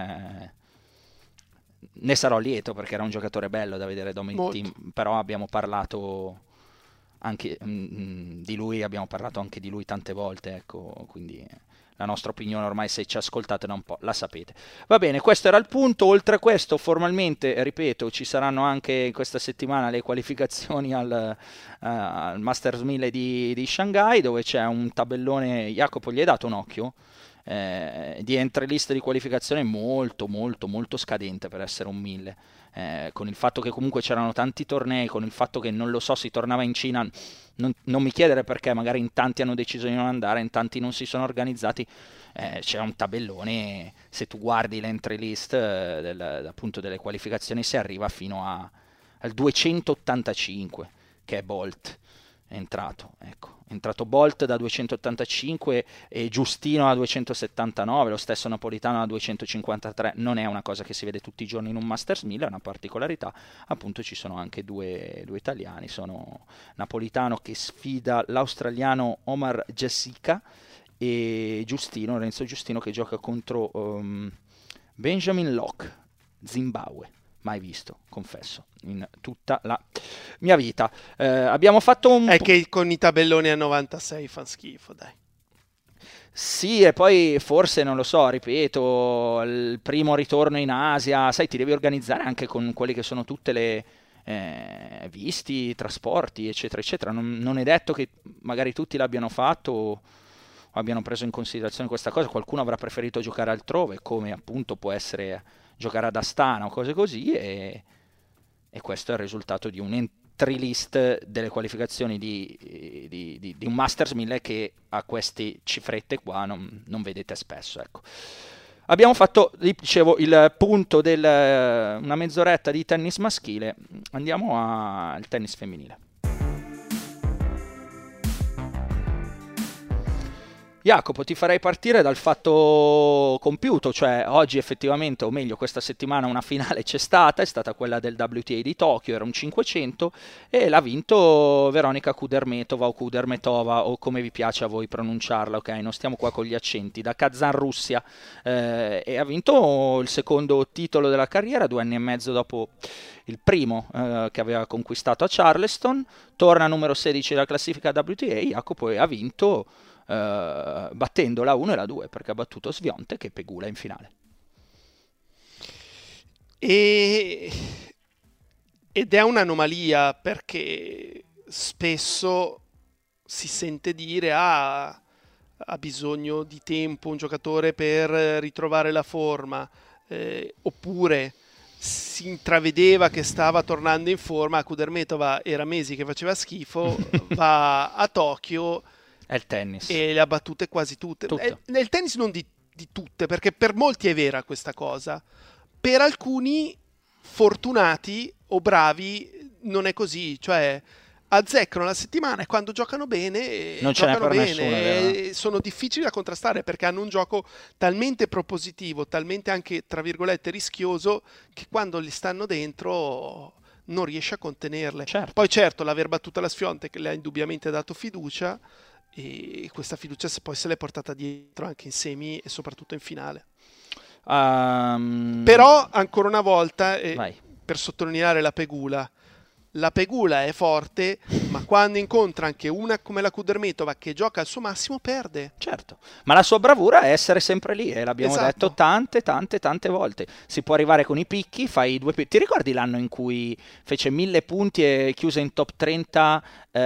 ne sarò lieto, perché era un giocatore bello da vedere Dominic Thiem, però abbiamo parlato anche di lui, abbiamo parlato anche di lui tante volte, ecco, quindi la nostra opinione ormai, se ci ascoltate da un po', la sapete. Va bene, questo era il punto. Oltre a questo, formalmente, ripeto, ci saranno anche questa settimana le qualificazioni al Masters 1000 di Shanghai, dove c'è un tabellone. Jacopo, gli hai dato un occhio? Di entry list di qualificazione molto molto molto scadente per essere un 1000, con il fatto che comunque c'erano tanti tornei, con il fatto che, non lo so, si tornava in Cina. Non mi chiedere perché, magari in tanti hanno deciso di non andare, in tanti non si sono organizzati. C'è un tabellone, se tu guardi l'entry list appunto delle qualificazioni, si arriva fino al 285, che è Bolt, è entrato, ecco. È entrato Bolt da 285 e Giustino a 279, lo stesso Napolitano a 253. Non è una cosa che si vede tutti i giorni in un Masters 1000, è una particolarità. Appunto ci sono anche due italiani, sono Napolitano che sfida l'australiano Omar Jessica e Renzo Giustino, che gioca contro Benjamin Locke, Zimbabwe. Mai visto, confesso, in tutta la mia vita. Abbiamo fatto un... È che con i tabelloni a 96 fa schifo, dai. Sì, e poi forse, non lo so, ripeto, il primo ritorno in Asia, sai, ti devi organizzare anche con quelli che sono tutte le visti, trasporti, eccetera, eccetera. Non è detto che magari tutti l'abbiano fatto o abbiano preso in considerazione questa cosa. Qualcuno avrà preferito giocare altrove, come appunto può essere giocare ad Astana o cose così, e questo è il risultato di un entry list delle qualificazioni di un Masters 1000 che a queste cifrette qua non vedete spesso, ecco. Abbiamo fatto, dicevo, il punto una mezz'oretta di tennis maschile. Andiamo al tennis femminile. Jacopo, ti farei partire dal fatto compiuto, cioè oggi effettivamente, o meglio questa settimana, una finale c'è stata, è stata quella del WTA di Tokyo, era un 500 e l'ha vinto Veronika Kudermetova o Kudermetova, o come vi piace a voi pronunciarla, ok? Non stiamo qua con gli accenti, da Kazan, Russia, e ha vinto il secondo titolo della carriera, 2 anni e mezzo dopo il primo che aveva conquistato a Charleston. Torna numero 16 della classifica WTA, Jacopo, e ha vinto battendo la 1 e la 2, perché ha battuto Swiatek e Pegula in finale. Ed è un'anomalia, perché spesso si sente dire ha bisogno di tempo un giocatore per ritrovare la forma, oppure si intravedeva che stava tornando in forma. Kudermetova era mesi che faceva schifo, va a Tokyo. È il tennis. E le ha battute quasi tutte. Nel tennis non di tutte, perché per molti è vera questa cosa. Per alcuni fortunati o bravi non è così, cioè azzeccano la settimana e quando giocano bene non ce n'è giocano per bene nessuno, e sono difficili da contrastare perché hanno un gioco talmente propositivo, talmente anche tra virgolette rischioso, che quando li stanno dentro non riesce a contenerle. Certo. Poi certo l'aver battuta la Swiatek le ha indubbiamente dato fiducia, e questa fiducia poi se l'è portata dietro anche in semi e soprattutto in finale. Però ancora una volta per sottolineare la Pegula è forte, ma quando incontra anche una come la Kudermetova che gioca al suo massimo perde. Certo, ma la sua bravura è essere sempre lì, e l'abbiamo detto tante volte. Si può arrivare con i picchi, fai 2 picchi. Ti ricordi l'anno in cui fece 1000 punti e chiuse in top 30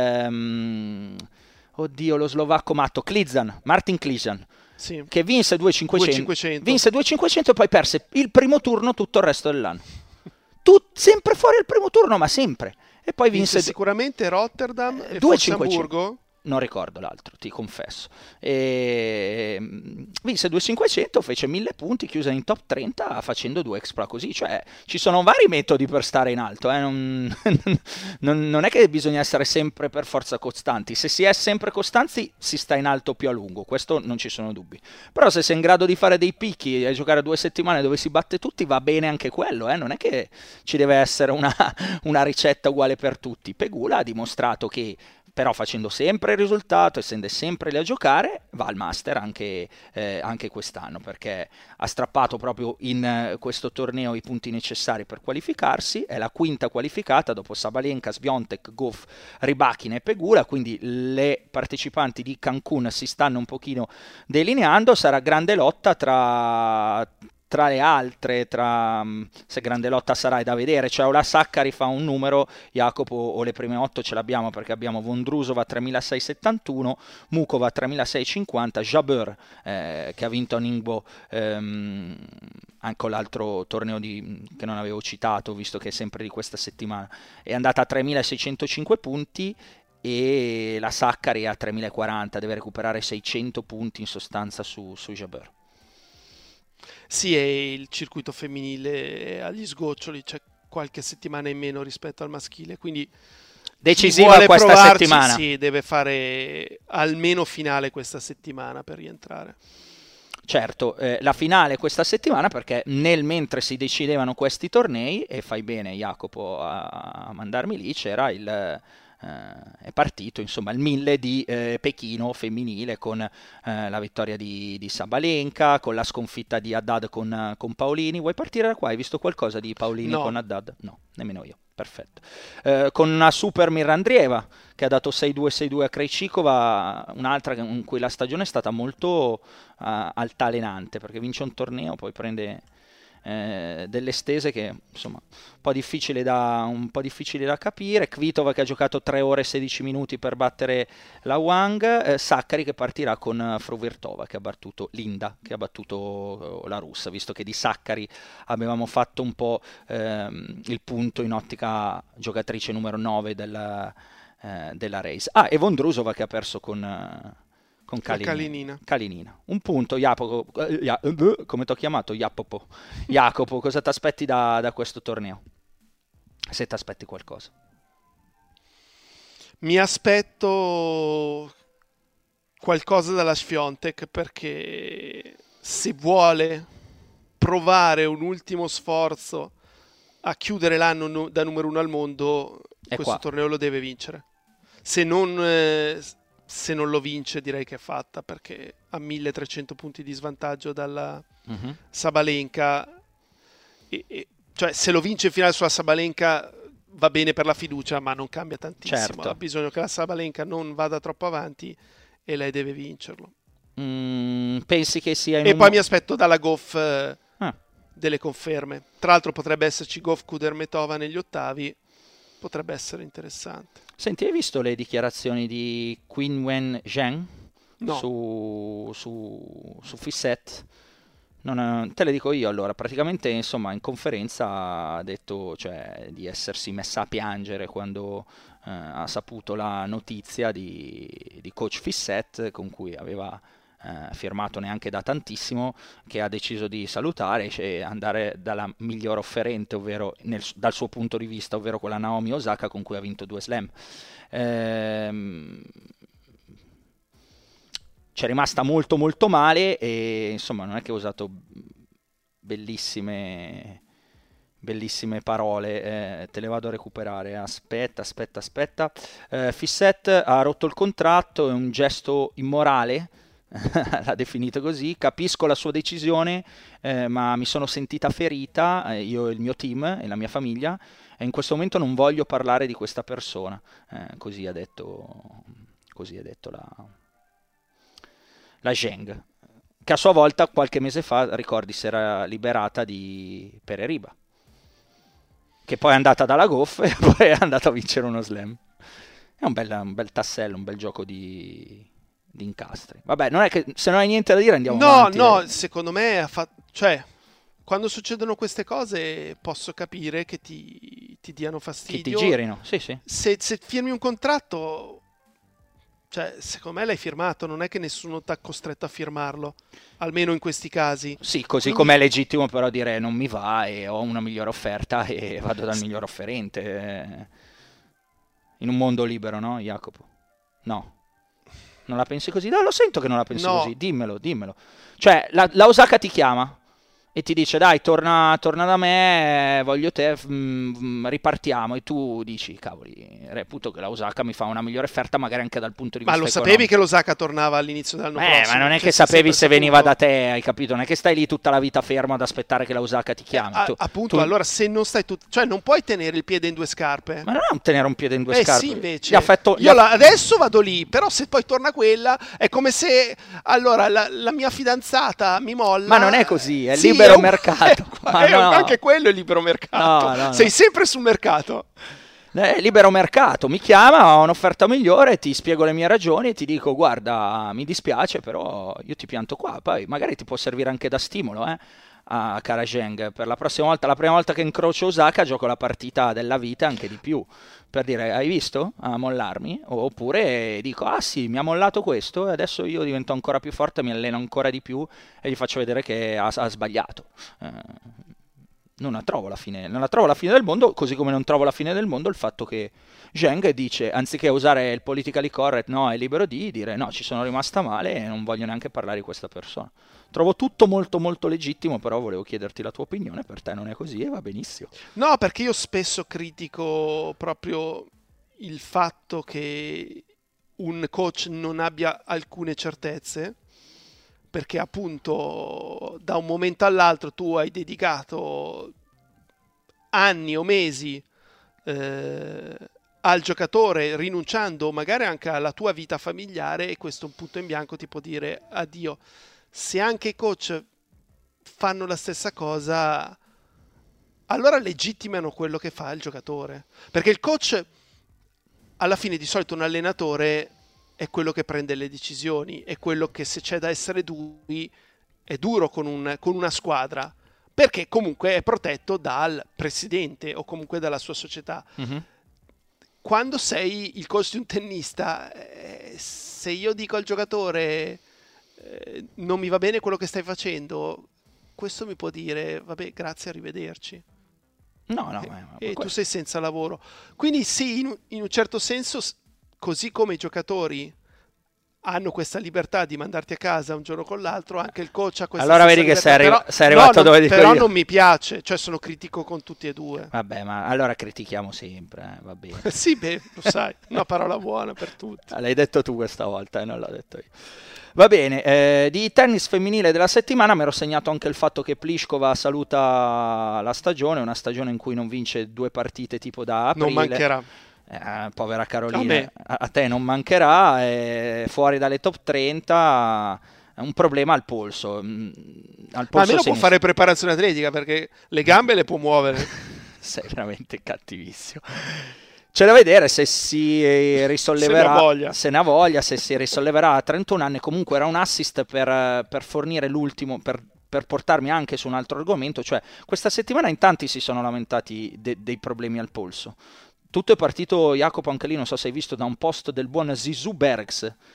oddio, lo slovacco matto, Martin Klizan, sì, che vinse 2.500, vinse 2.500 e poi perse il primo turno tutto il resto dell'anno. Sempre fuori al primo turno, ma sempre. E poi vinse sicuramente Rotterdam e forse Hamburgo. Non ricordo l'altro, ti confesso. Vinse 2.500, fece 1000 punti, chiuse in top 30 facendo 2 exploit così. Cioè, ci sono vari metodi per stare in alto. Non è che bisogna essere sempre per forza costanti. Se si è sempre costanti, si sta in alto più a lungo. Questo non ci sono dubbi. Però se sei in grado di fare dei picchi e giocare 2 settimane dove si batte tutti, va bene anche quello. Non è che ci deve essere una ricetta uguale per tutti. Pegula ha dimostrato che però facendo sempre il risultato, essendo sempre lì a giocare, va al Master anche quest'anno, perché ha strappato proprio in questo torneo i punti necessari per qualificarsi, è la quinta qualificata dopo Sabalenka, Swiatek, Gauff, Rybakina e Pegula, quindi le partecipanti di Cancun si stanno un pochino delineando, sarà grande lotta tra le altre, se grande lotta sarà è da vedere, cioè o la Sakkari fa un numero, Jacopo, o le prime 8 ce l'abbiamo, perché abbiamo Vondrousova 3671, Mukova 3650, Jabeur che ha vinto a Ningbo anche l'altro torneo che non avevo citato, visto che è sempre di questa settimana, è andata a 3605 punti, e la Sakkari a 3040, deve recuperare 600 punti in sostanza su Jabeur. Sì, e il circuito femminile agli sgoccioli, c'è qualche settimana in meno rispetto al maschile, quindi decisiva questa settimana. Sì, deve fare almeno finale questa settimana per rientrare. Certo, la finale questa settimana, perché mentre si decidevano questi tornei, e fai bene Jacopo a mandarmi lì, c'era è partito insomma il 1000 di Pechino femminile con la vittoria di Sabalenka, con la sconfitta di Haddad con Paolini. Vuoi partire da qua? Hai visto qualcosa di Paolini con Haddad? No, nemmeno io. Perfetto. Con una super Mirandrieva che ha dato 6-2-6-2 a Krejcikova, un'altra in cui la stagione è stata molto altalenante, perché vince un torneo, poi prende delle stese che insomma un po' difficile da capire. Kvitova che ha giocato 3 ore e 16 minuti per battere la Wang, Sakkari che partirà con Fruvirtova che ha battuto Linda, che ha battuto la russa, visto che di Sakkari avevamo fatto un po' il punto in ottica giocatrice numero 9 della race. E Vondrousova che ha perso con Kalinina. Un punto, Jacopo, come ti ho chiamato? Jacopo, cosa ti aspetti da questo torneo? Se ti aspetti qualcosa. Mi aspetto qualcosa dalla Swiatek, perché se vuole provare un ultimo sforzo a chiudere l'anno da numero 1 al mondo, questo torneo lo deve vincere. Se non lo vince direi che è fatta, perché ha 1300 punti di svantaggio dalla Sabalenka, cioè se lo vince in finale sulla Sabalenka va bene per la fiducia, ma non cambia tantissimo. Certo. Ha bisogno che la Sabalenka non vada troppo avanti e lei deve vincerlo. Pensi che sia poi mi aspetto dalla Gauff delle conferme. Tra l'altro potrebbe esserci Gauff Kudermetova negli ottavi, potrebbe essere interessante. Senti, hai visto le dichiarazioni di Qinwen Zheng? No. Su Fissette? Te le dico io allora. Praticamente insomma in conferenza ha detto, cioè, di essersi messa a piangere quando ha saputo la notizia di coach Fissette, con cui aveva firmato neanche da tantissimo, che ha deciso di salutare e andare dalla miglior offerente, ovvero dal suo punto di vista, ovvero quella Naomi Osaka, con cui ha vinto 2 slam. C'è rimasta molto molto male e insomma non è che ha usato bellissime parole, te le vado a recuperare. Aspetta. Fissette ha rotto il contratto, è un gesto immorale, l'ha definito così. Capisco la sua decisione, ma mi sono sentita ferita, io e il mio team e la mia famiglia, e in questo momento non voglio parlare di questa persona. Così ha detto la Zheng, che a sua volta qualche mese fa, ricordi, si era liberata di Pereriba, che poi è andata dalla Goff e poi è andata a vincere uno slam. È un bel tassello, un bel gioco di incastri. Vabbè, non è che se non hai niente da dire andiamo avanti. No, secondo me cioè, quando succedono queste cose posso capire che ti diano fastidio. Che ti girino, sì. Se firmi un contratto, cioè, secondo me l'hai firmato, non è che nessuno ti ha costretto a firmarlo, almeno in questi casi. Sì, così come è legittimo però dire non mi va e ho una migliore offerta e vado dal miglior offerente. In un mondo libero, no, Jacopo? No. Non la pensi così? No, lo sento che non la pensi così, dimmelo. Cioè, la Osaka ti chiama e ti dice dai, torna da me, voglio te, ripartiamo, e tu dici cavoli, reputo che la Osaka mi fa una migliore offerta magari anche dal punto di vista economico. Ma lo sapevi che l'Osaka tornava all'inizio dell'anno prossimo? Ma non è che sapevi se veniva da te, hai capito? Non è che stai lì tutta la vita fermo ad aspettare che la Osaka ti chiami. Appunto, allora se non stai cioè non puoi tenere il piede in 2 scarpe. Ma non è un tenere un piede in 2 scarpe. Sì, invece. Adesso vado lì, però se poi torna quella è come se allora la mia fidanzata mi molla. Ma non è così, è libero mercato. Anche quello è libero mercato. No. Sei sempre sul mercato. Libero mercato, mi chiama, ho un'offerta migliore, ti spiego le mie ragioni e ti dico guarda, mi dispiace però io ti pianto qua, poi magari ti può servire anche da stimolo a cara Zheng, per la prossima volta, la prima volta che incrocio Osaka gioco la partita della vita, anche di più, per dire hai visto a mollarmi, oppure dico ah sì, mi ha mollato questo e adesso io divento ancora più forte, mi alleno ancora di più e gli faccio vedere che ha sbagliato. Non la trovo la fine del mondo, così come non trovo la fine del mondo il fatto che Zheng dice, anziché usare il politically correct, no, è libero di dire no, ci sono rimasta male e non voglio neanche parlare di questa persona. Trovo tutto molto molto legittimo, però volevo chiederti la tua opinione, per te non è così e va benissimo. No, perché io spesso critico proprio il fatto che un coach non abbia alcune certezze, perché appunto da un momento all'altro tu hai dedicato anni o mesi al giocatore, rinunciando magari anche alla tua vita familiare, e questo un punto in bianco ti può dire addio. Se anche i coach fanno la stessa cosa, allora legittimano quello che fa il giocatore, perché il coach alla fine di solito un allenatore è quello che prende le decisioni, è quello che se c'è da essere duri è duro con una squadra, perché comunque è protetto dal presidente o comunque dalla sua società. Mm-hmm. Quando sei il coach di un tennista, se io dico al giocatore non mi va bene quello che stai facendo, questo mi può dire vabbè, grazie, arrivederci. E tu sei senza lavoro. Quindi sì, in un certo senso, così come i giocatori hanno questa libertà di mandarti a casa un giorno con l'altro, anche il coach ha questa libertà. Allora vedi che sei arrivato dove dico però io. Non mi piace, cioè sono critico con tutti e due. Vabbè, ma allora critichiamo sempre, va bene. Sì, beh, lo sai, una parola buona per tutti. L'hai detto tu questa volta e non l'ho detto io. Va bene, di tennis femminile della settimana mi ero segnato anche il fatto che Pliskova saluta la stagione, una stagione in cui non vince 2 partite tipo da aprile. Non mancherà. Povera Carolina, a te non mancherà, è fuori dalle top 30, è un problema al polso. Almeno può fare preparazione atletica, perché le gambe le può muovere. Sei veramente cattivissimo. C'è da vedere se si risolleverà, se ne ha voglia, se si risolleverà a 31 anni. Comunque era un assist per fornire l'ultimo, per portarmi anche su un altro argomento, cioè questa settimana in tanti si sono lamentati dei problemi al polso. Tutto è partito, Jacopo, anche lì non so se hai visto, da un post del buon Zizou Bergs,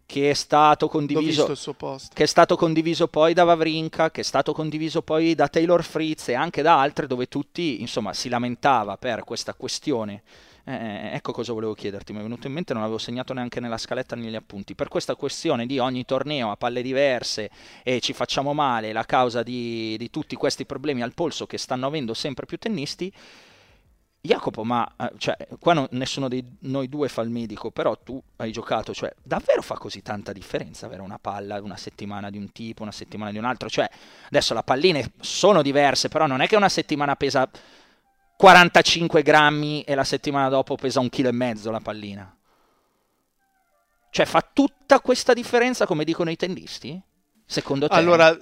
che è stato L'ho condiviso, visto il suo post. che è stato condiviso poi da Wawrinka, che è stato condiviso poi da Taylor Fritz e anche da altri, dove tutti insomma si lamentava per questa questione. Ecco cosa volevo chiederti, mi è venuto in mente, non l'avevo segnato neanche nella scaletta negli appunti, per questa questione di ogni torneo a palle diverse e ci facciamo male, la causa di tutti questi problemi al polso che stanno avendo sempre più tennisti. Jacopo, ma cioè, qua nessuno di noi due fa il medico, però tu hai giocato, cioè davvero fa così tanta differenza avere una palla una settimana di un tipo, una settimana di un altro? Cioè, adesso le palline sono diverse, però non è che una settimana pesa 45 grammi e la settimana dopo pesa 1,5 kg la pallina. Cioè, fa tutta questa differenza come dicono i tennisti? Secondo te? Allora,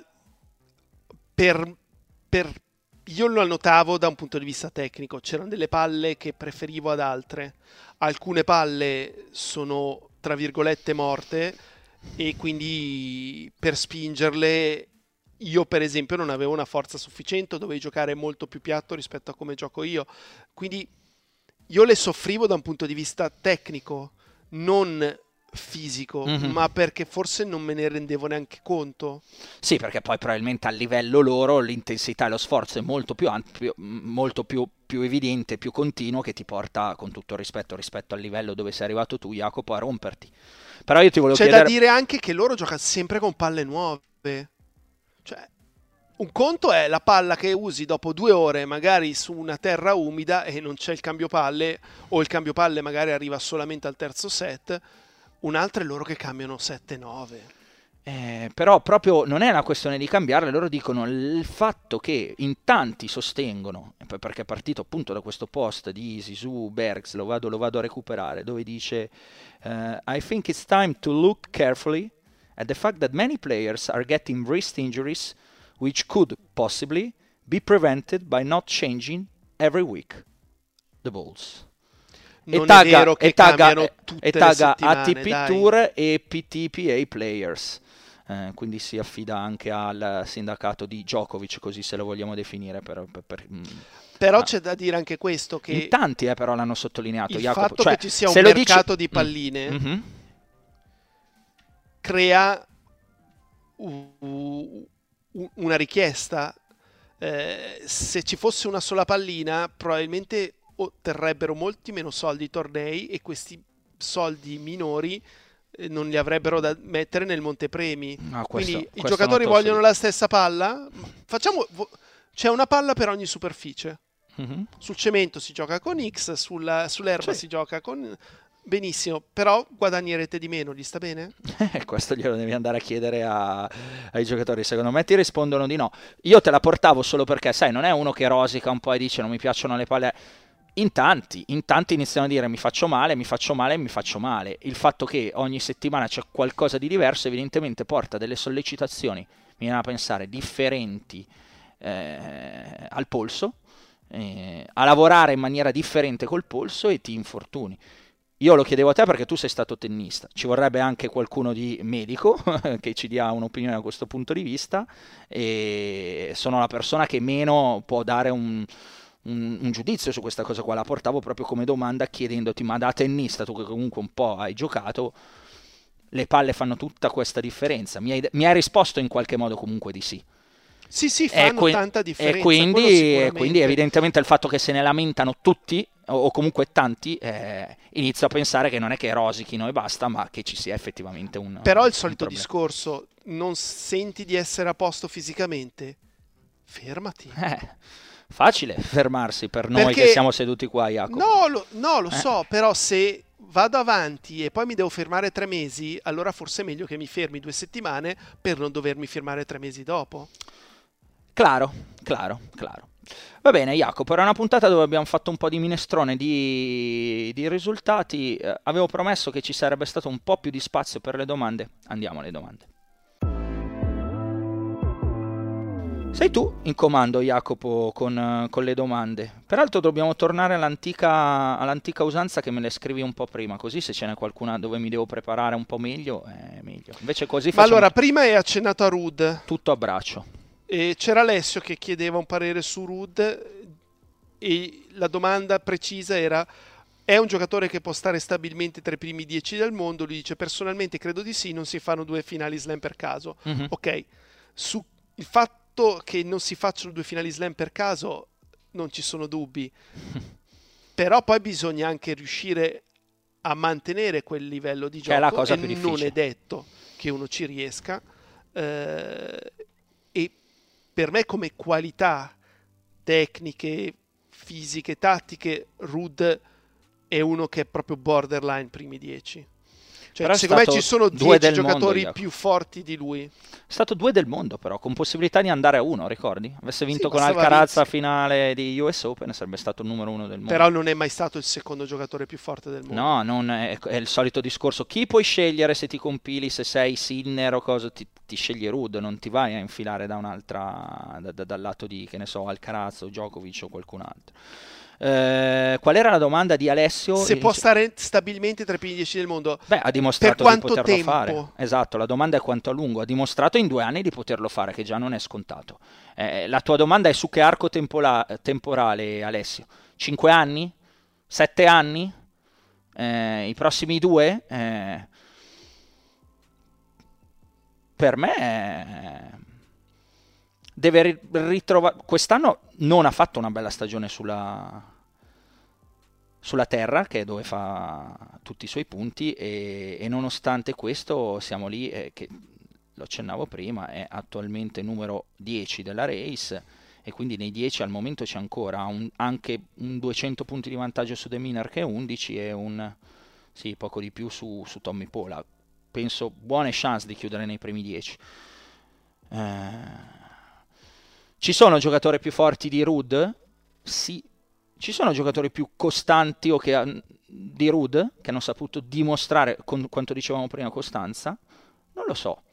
io lo notavo da un punto di vista tecnico, c'erano delle palle che preferivo ad altre, alcune palle sono tra virgolette morte e quindi per spingerle io per esempio non avevo una forza sufficiente, dovevo giocare molto più piatto rispetto a come gioco io, quindi io le soffrivo da un punto di vista tecnico, non fisico, ma perché forse non me ne rendevo neanche conto. Sì, perché poi probabilmente a livello loro l'intensità e lo sforzo è molto più ampio, molto più evidente, più continuo, che ti porta, con tutto il rispetto al livello dove sei arrivato tu, Jacopo, a romperti. Però io ti volevo C'è chiedere... da dire anche che loro giocano sempre con palle nuove. Cioè, un conto è la palla che usi dopo 2 ore magari su una terra umida e non c'è il cambio palle, o il cambio palle magari arriva solamente al terzo set. Un altro è loro che cambiano 7-9. Però proprio non è una questione di cambiarle, loro dicono il fatto che in tanti sostengono, perché è partito appunto da questo post di Zizou Bergs, lo vado a recuperare, dove dice I think it's time to look carefully at the fact that many players are getting wrist injuries which could possibly be prevented by not changing every week the balls. Non è vero che cambiano tutte le settimane, ATP dai. Tour e PTPA Players, quindi si affida anche al sindacato di Djokovic, così se lo vogliamo definire. Però c'è da dire anche questo, che in tanti però l'hanno sottolineato, il Jacopo. fatto Cioè, che ci sia un se lo mercato dici... di palline Mhm. crea una richiesta. Se ci fosse una sola pallina probabilmente otterrebbero molti meno soldi i tornei e questi soldi minori non li avrebbero da mettere nel montepremi. Quindi i giocatori vogliono la stessa palla. C'è una palla per ogni superficie. Sul cemento si gioca con X, sull'erba si gioca con... Benissimo, però guadagnerete di meno, gli sta bene? Questo glielo devi andare a chiedere ai giocatori. Secondo me ti rispondono di no. Io te la portavo solo perché, sai, non è uno che rosica un po' e dice non mi piacciono le palle. In tanti iniziano a dire mi faccio male. Il fatto che ogni settimana c'è qualcosa di diverso evidentemente porta delle sollecitazioni, mi viene a pensare, differenti al polso, a lavorare in maniera differente col polso e ti infortuni. Io lo chiedevo a te perché tu sei stato tennista, ci vorrebbe anche qualcuno di medico che ci dia un'opinione da questo punto di vista, e sono la persona che meno può dare un giudizio su questa cosa qua. La portavo proprio come domanda chiedendoti, ma da tennista, tu che comunque un po' hai giocato, le palle fanno tutta questa differenza? Mi hai risposto in qualche modo comunque di sì. Sì, fanno tanta differenza. E quindi evidentemente il fatto che se ne lamentano tutti, o comunque tanti, inizio a pensare che non è che rosichino e basta, ma che ci sia effettivamente un... Però il solito discorso, non senti di essere a posto fisicamente? Fermati. Facile fermarsi per noi che siamo seduti qua, Jacopo. No, lo so, però se vado avanti e poi mi devo fermare 3 mesi, allora forse è meglio che mi fermi 2 settimane per non dovermi fermare 3 mesi dopo. Claro. Va bene, Jacopo, era una puntata dove abbiamo fatto un po' di minestrone di risultati. Avevo promesso che ci sarebbe stato un po' più di spazio per le domande. Andiamo alle domande. Sei tu in comando, Jacopo, con le domande. Peraltro dobbiamo tornare all'antica usanza che me le scrivi un po' prima, così se ce n'è qualcuna dove mi devo preparare un po' meglio, è meglio. Invece così Ma allora, prima hai accennato a Ruud. Tutto a braccio. E c'era Alessio che chiedeva un parere su Ruud e la domanda precisa era: è un giocatore che può stare stabilmente tra i primi 10 del mondo. Lui dice personalmente credo di sì, non si fanno 2 finali slam per caso. Ok, su il fatto che non si facciano 2 finali slam per caso non ci sono dubbi, però poi bisogna anche riuscire a mantenere quel livello di gioco, che è la cosa e più non difficile. è detto che uno ci riesca, e per me come qualità tecniche, fisiche, tattiche, Ruud è uno che è proprio borderline primi 10. Cioè, Però secondo me ci sono 10 giocatori più forti di lui. È stato 2 del mondo, però, con possibilità di andare a 1, ricordi? Avesse vinto con bastava Alcaraz a vincere. finale di US Open, sarebbe stato il numero 1 del mondo. Però non è mai stato il secondo giocatore più forte del mondo. No, non è il solito discorso. Chi puoi scegliere se ti compili, se sei Sinner o cosa, ti scegli Ruud, non ti vai a infilare da un'altra, dal lato di, che ne so, Alcaraz o Djokovic o qualcun altro. Qual era la domanda di Alessio? Se può stare stabilmente tra i primi 10 del mondo. Beh, ha dimostrato per quanto di poterlo tempo? fare. Esatto, la domanda è quanto a lungo. Ha dimostrato in 2 anni di poterlo fare, che già non è scontato. La tua domanda è su che arco temporale, Alessio? 5 anni? 7 anni? I prossimi 2? Per me deve ritrovare. Quest'anno non ha fatto una bella stagione sulla terra, che è dove fa tutti i suoi punti, e nonostante questo siamo lì, che lo accennavo prima, è attualmente numero 10 della race, e quindi nei 10 al momento c'è ancora anche un 200 punti di vantaggio su De Minaur, che è 11, e poco di più su Tommy Paul. Penso buone chance di chiudere nei primi 10. Ci sono giocatori più forti di Ruud? Sì. Ci sono giocatori più costanti di Ruud, che hanno saputo dimostrare, con quanto dicevamo prima, costanza? Non lo so.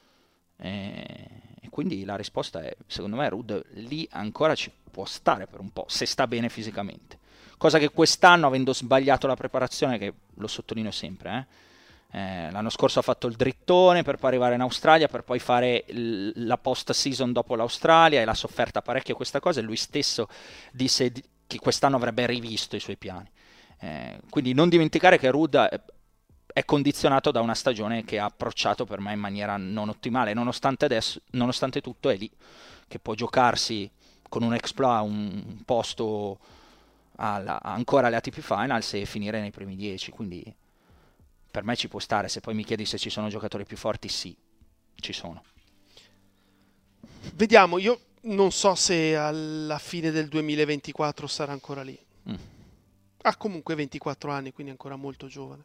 E quindi la risposta è, secondo me, Ruud lì ancora ci può stare per un po', se sta bene fisicamente. Cosa che quest'anno, avendo sbagliato la preparazione, che lo sottolineo sempre, l'anno scorso ha fatto il drittone per poi arrivare in Australia, per poi fare la post-season dopo l'Australia, e l'ha sofferta parecchio questa cosa, e lui stesso disse che quest'anno avrebbe rivisto i suoi piani. Quindi non dimenticare che Ruud è condizionato da una stagione che ha approcciato per me in maniera non ottimale, nonostante tutto è lì che può giocarsi con un exploit un posto ancora alle ATP Finals e finire nei primi 10, quindi per me ci può stare. Se poi mi chiedi se ci sono giocatori più forti, sì, ci sono. Vediamo, io non so se alla fine del 2024 sarà ancora lì. Ha comunque 24 anni, quindi ancora molto giovane.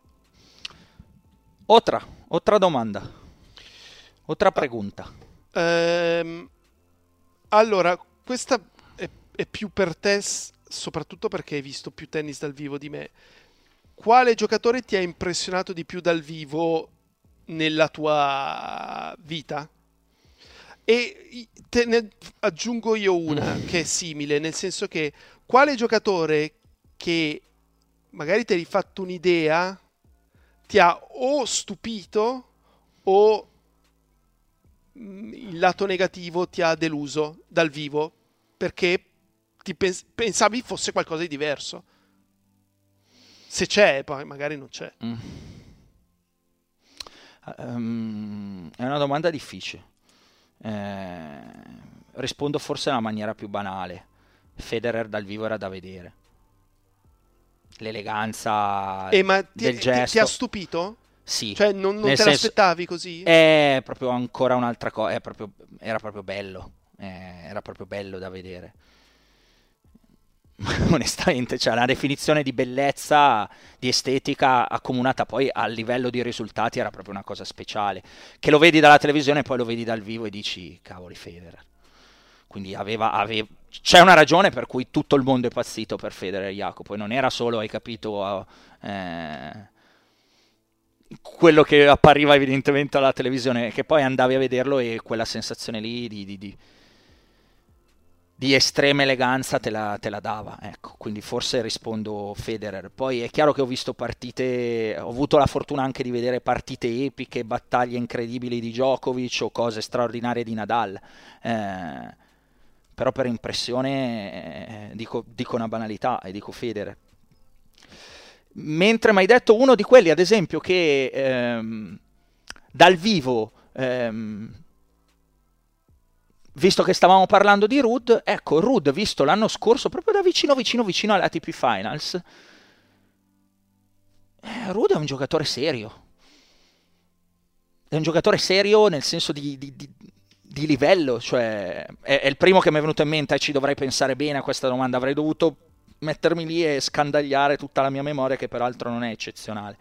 Otra domanda. Otra pregunta. Allora, questa è più per te, soprattutto perché hai visto più tennis dal vivo di me. Quale giocatore ti ha impressionato di più dal vivo nella tua vita? E te ne aggiungo io una che è simile, nel senso che quale giocatore che magari ti hai fatto un'idea ti ha o stupito o il lato negativo ti ha deluso dal vivo perché pensavi fosse qualcosa di diverso? Se c'è, poi magari non c'è. È una domanda difficile. Rispondo forse nella maniera più banale. Federer dal vivo era da vedere. L'eleganza del gesto. Ti ha stupito? Sì. Cioè non te l'aspettavi così? È proprio ancora un'altra cosa. Era proprio bello. Era proprio bello da vedere. Onestamente, cioè la definizione di bellezza, di estetica accomunata poi al livello di risultati era proprio una cosa speciale, che lo vedi dalla televisione e poi lo vedi dal vivo e dici cavoli, Federer. Quindi c'è una ragione per cui tutto il mondo è impazzito per Federer, Jacopo, e non era solo, hai capito, quello che appariva evidentemente alla televisione, che poi andavi a vederlo e quella sensazione lì di estrema eleganza te la dava, ecco. Quindi forse rispondo Federer. Poi è chiaro che ho visto partite, ho avuto la fortuna anche di vedere partite epiche, battaglie incredibili di Djokovic o cose straordinarie di Nadal, però per impressione dico una banalità e dico Federer. Mentre mi hai detto uno di quelli, ad esempio, che dal vivo, visto che stavamo parlando di Ruud, ecco, Ruud visto l'anno scorso proprio da vicino alle ATP Finals, Ruud è un giocatore serio. È un giocatore serio nel senso di livello, cioè è il primo che mi è venuto in mente, e ci dovrei pensare bene a questa domanda, avrei dovuto mettermi lì e scandagliare tutta la mia memoria, che peraltro non è eccezionale.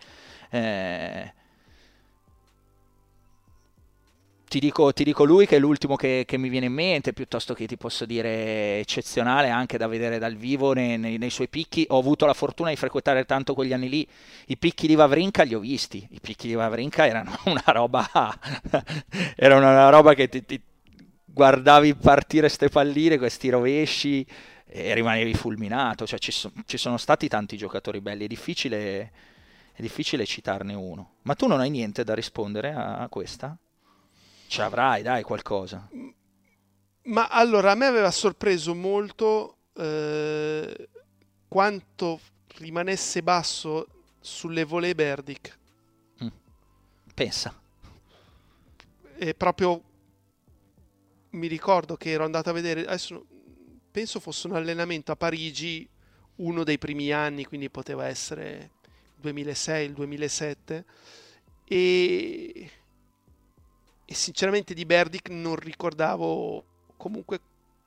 Ti dico lui, che è l'ultimo che mi viene in mente, piuttosto che ti posso dire eccezionale anche da vedere dal vivo nei suoi picchi. Ho avuto la fortuna di frequentare tanto quegli anni lì, i picchi di Wawrinka li ho visti, i picchi di Wawrinka erano una roba era una roba che ti guardavi partire ste palline, questi rovesci, e rimanevi fulminato. Cioè ci sono stati tanti giocatori belli, è difficile citarne uno. Ma tu non hai niente da rispondere a questa? Ci avrai, dai, qualcosa. Ma allora, a me aveva sorpreso molto quanto rimanesse basso sulle volée Berdych. Pensa. E proprio mi ricordo che ero andato a vedere, adesso penso fosse un allenamento a Parigi, uno dei primi anni, quindi poteva essere il 2006, il 2007, e sinceramente di Berdych non ricordavo comunque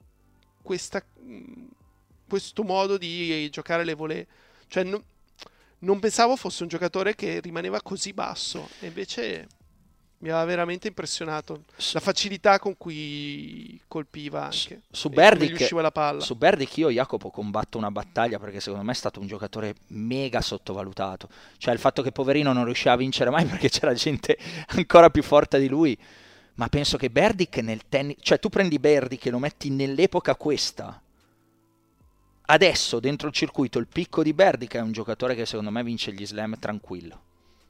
questo modo di giocare le volée, cioè non pensavo fosse un giocatore che rimaneva così basso, e invece mi aveva veramente impressionato la facilità con cui colpiva anche su e Berdych, come gli usciva la palla. Su Berdych io, Jacopo, combatto una battaglia, perché secondo me è stato un giocatore mega sottovalutato. Cioè il fatto che poverino non riusciva a vincere mai perché c'era gente ancora più forte di lui. Ma penso che Berdych nel tennis, cioè tu prendi Berdych e lo metti nell'epoca questa, adesso dentro il circuito, il picco di Berdych è un giocatore che secondo me vince gli slam tranquillo.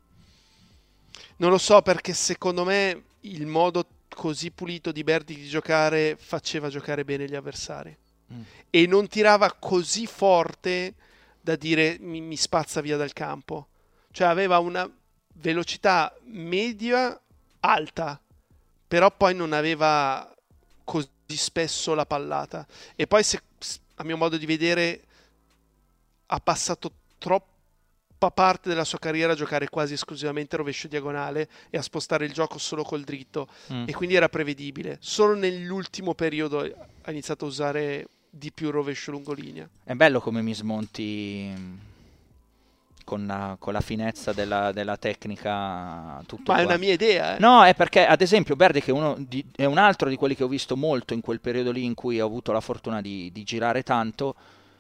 Non lo so, perché secondo me il modo così pulito di Berdych di giocare faceva giocare bene gli avversari e non tirava così forte da dire mi spazza via dal campo. Cioè aveva una velocità media alta, però poi non aveva così spesso la pallata. E poi, a mio modo di vedere, ha passato troppa parte della sua carriera a giocare quasi esclusivamente rovescio diagonale e a spostare il gioco solo col dritto, e quindi era prevedibile. Solo nell'ultimo periodo ha iniziato a usare di più il rovescio lungolinea. È bello come mi smonti con la finezza della tecnica tutto. Ma qua. è una mia idea, No, è perché ad esempio Berdych è un altro di quelli che ho visto molto in quel periodo lì in cui ho avuto la fortuna di girare tanto,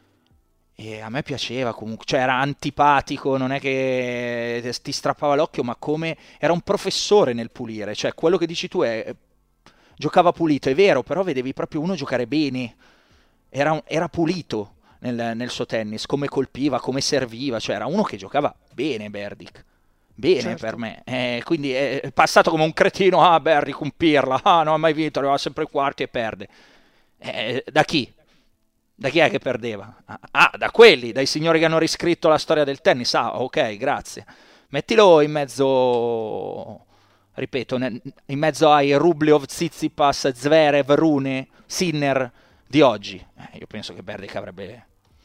e a me piaceva comunque, cioè era antipatico, non è che ti strappava l'occhio, ma come era un professore nel pulire. Cioè quello che dici tu giocava pulito, è vero, però vedevi proprio uno giocare bene, era pulito nel suo tennis, come colpiva, come serviva, cioè era uno che giocava bene Berdych, bene, certo. Per me, quindi è passato come un cretino. Berdych un pirla, non ha mai vinto, arrivava sempre ai quarti e perde. Da chi? Da chi è che perdeva? Da quelli, dai signori che hanno riscritto la storia del tennis. Ok, grazie. Mettilo in mezzo, ripeto, in mezzo ai Rublev, Tsitsipas, Zverev, Rune, Sinner di oggi. Io penso che Berdych avrebbe...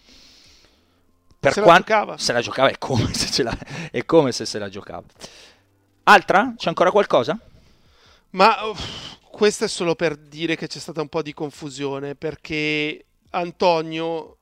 Se la giocava è come se se la giocava. Altra? C'è ancora qualcosa? Ma questo è solo per dire che c'è stata un po' di confusione, perché Antonio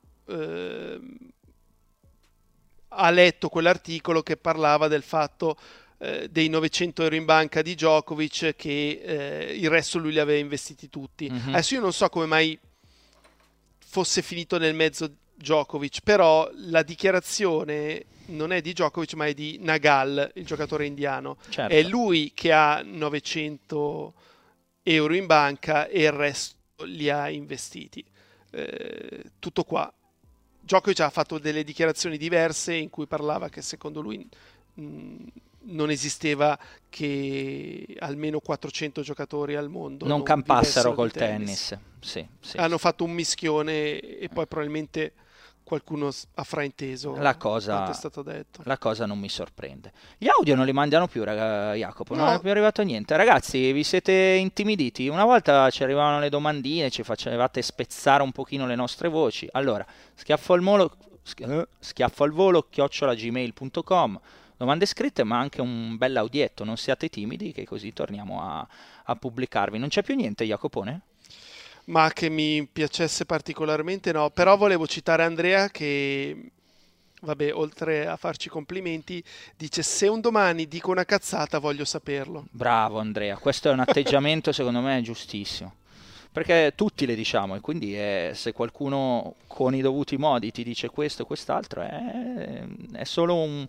ha letto quell'articolo che parlava del fatto dei 900 euro in banca di Djokovic, che il resto lui li aveva investiti tutti. Adesso io non so come mai fosse finito nel mezzo Djokovic, però la dichiarazione non è di Djokovic ma è di Nagal, il giocatore indiano. Certo. È lui che ha 900 euro in banca e il resto li ha investiti. Tutto qua. Djokovic ha fatto delle dichiarazioni diverse in cui parlava che secondo lui non esisteva che almeno 400 giocatori al mondo non campassero col tennis. Sì. Hanno fatto un mischione e poi probabilmente qualcuno ha frainteso la quanto cosa, è stato detto. la cosa non mi sorprende. Gli audio non li mandiano più, Jacopo, non No. è più arrivato niente. Ragazzi, vi siete intimiditi? Una volta ci arrivavano le domandine, ci facevate spezzare un pochino le nostre voci. Allora, schiaffo al volo @gmail.com, domande scritte ma anche un bel audietto, non siate timidi che così torniamo a pubblicarvi. Non c'è più niente, Jacopone? Ma che mi piacesse particolarmente no, però volevo citare Andrea che, vabbè, oltre a farci complimenti, dice se un domani dico una cazzata voglio saperlo. Bravo Andrea, questo è un atteggiamento secondo me giustissimo, perché tutti le diciamo e quindi se qualcuno con i dovuti modi ti dice questo o quest'altro è solo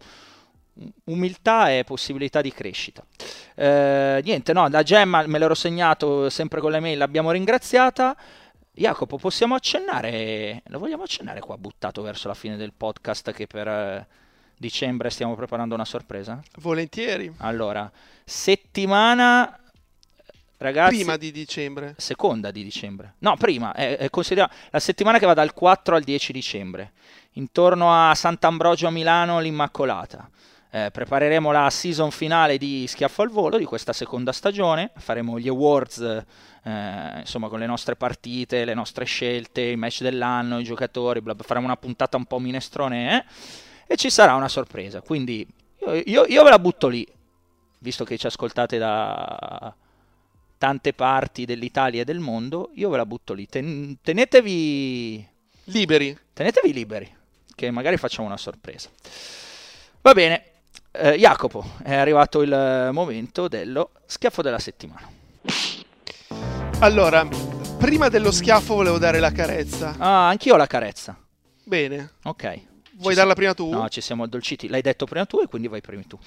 umiltà e possibilità di crescita. Niente, no, la Gemma me l'ero segnato sempre con le mail, l'abbiamo ringraziata. Jacopo, possiamo accennare, lo vogliamo accennare qua buttato verso la fine del podcast che per dicembre stiamo preparando una sorpresa? Volentieri. Allora, settimana, ragazzi, Prima di dicembre. seconda di dicembre. No, prima, consideriamo la settimana che va dal 4 al 10 dicembre, intorno a Sant'Ambrogio a Milano, l'Immacolata. Prepareremo la season finale di Schiaffo al Volo di questa seconda stagione, faremo gli awards insomma con le nostre partite, le nostre scelte, i match dell'anno, i giocatori, faremo una puntata un po' minestrone e ci sarà una sorpresa, quindi io ve la butto lì, visto che ci ascoltate da tante parti dell'Italia e del mondo, io ve la butto lì, tenetevi Liberi. liberi, che magari facciamo una sorpresa. Va bene. Jacopo, è arrivato il momento dello schiaffo della settimana. Allora, prima dello schiaffo volevo dare la carezza. Ah, anch'io ho la carezza. Bene. Ok. Vuoi darla prima tu? No, ci siamo addolciti. L'hai detto prima tu e quindi vai prima tu.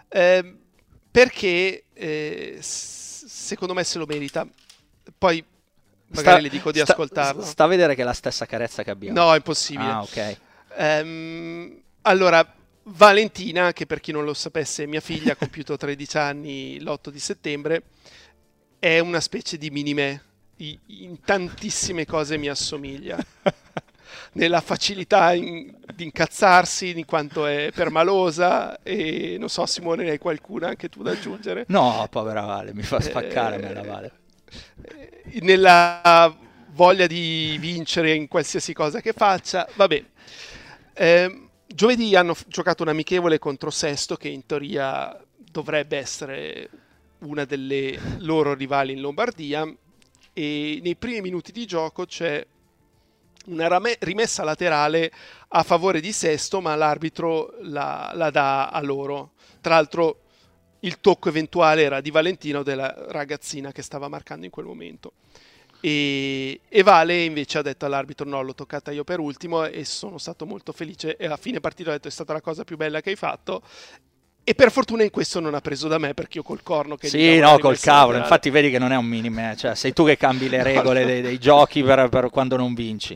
Perché secondo me se lo merita. Poi magari le dico di ascoltarlo. Sta a vedere che è la stessa carezza che abbiamo. No, è impossibile. Ah, ok. Allora, Valentina, che per chi non lo sapesse è mia figlia, ha compiuto 13 anni l'8 di settembre, è una specie di mini me, in tantissime cose mi assomiglia, nella facilità di incazzarsi, in quanto è permalosa, e non so Simone, ne hai qualcuna anche tu da aggiungere? No, povera Vale, mi fa spaccare me la Vale. Nella voglia di vincere in qualsiasi cosa che faccia, vabbè. Giovedì hanno giocato un amichevole contro Sesto, che in teoria dovrebbe essere una delle loro rivali in Lombardia, e nei primi minuti di gioco c'è una rimessa laterale a favore di Sesto, ma l'arbitro la dà a loro. Tra l'altro il tocco eventuale era di Valentino o della ragazzina che stava marcando in quel momento. E Vale invece ha detto all'arbitro no, l'ho toccata io per ultimo, e sono stato molto felice, e a fine partita ho detto è stata la cosa più bella che hai fatto, e per fortuna in questo non ha preso da me, perché io col corno che sì, no, col cavolo, infatti vedi che non è un minime, cioè sei tu che cambi le regole dei giochi per quando non vinci.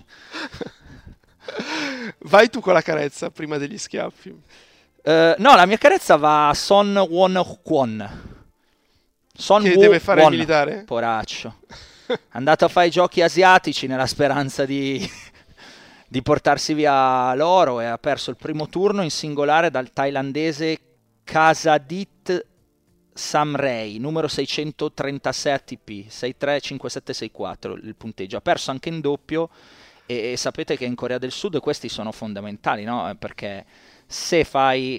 Vai tu con la carezza prima degli schiaffi. No, la mia carezza va a Son Won-kwon. Che deve fare il militare? Poraccio. È andato a fare i giochi asiatici nella speranza di portarsi via l'oro, e ha perso il primo turno in singolare dal thailandese Kasadit Samrei, numero 636 ATP, 6-3-5-7-6-4 il punteggio. Ha perso anche in doppio, e sapete che in Corea del Sud questi sono fondamentali, no? Perché se fai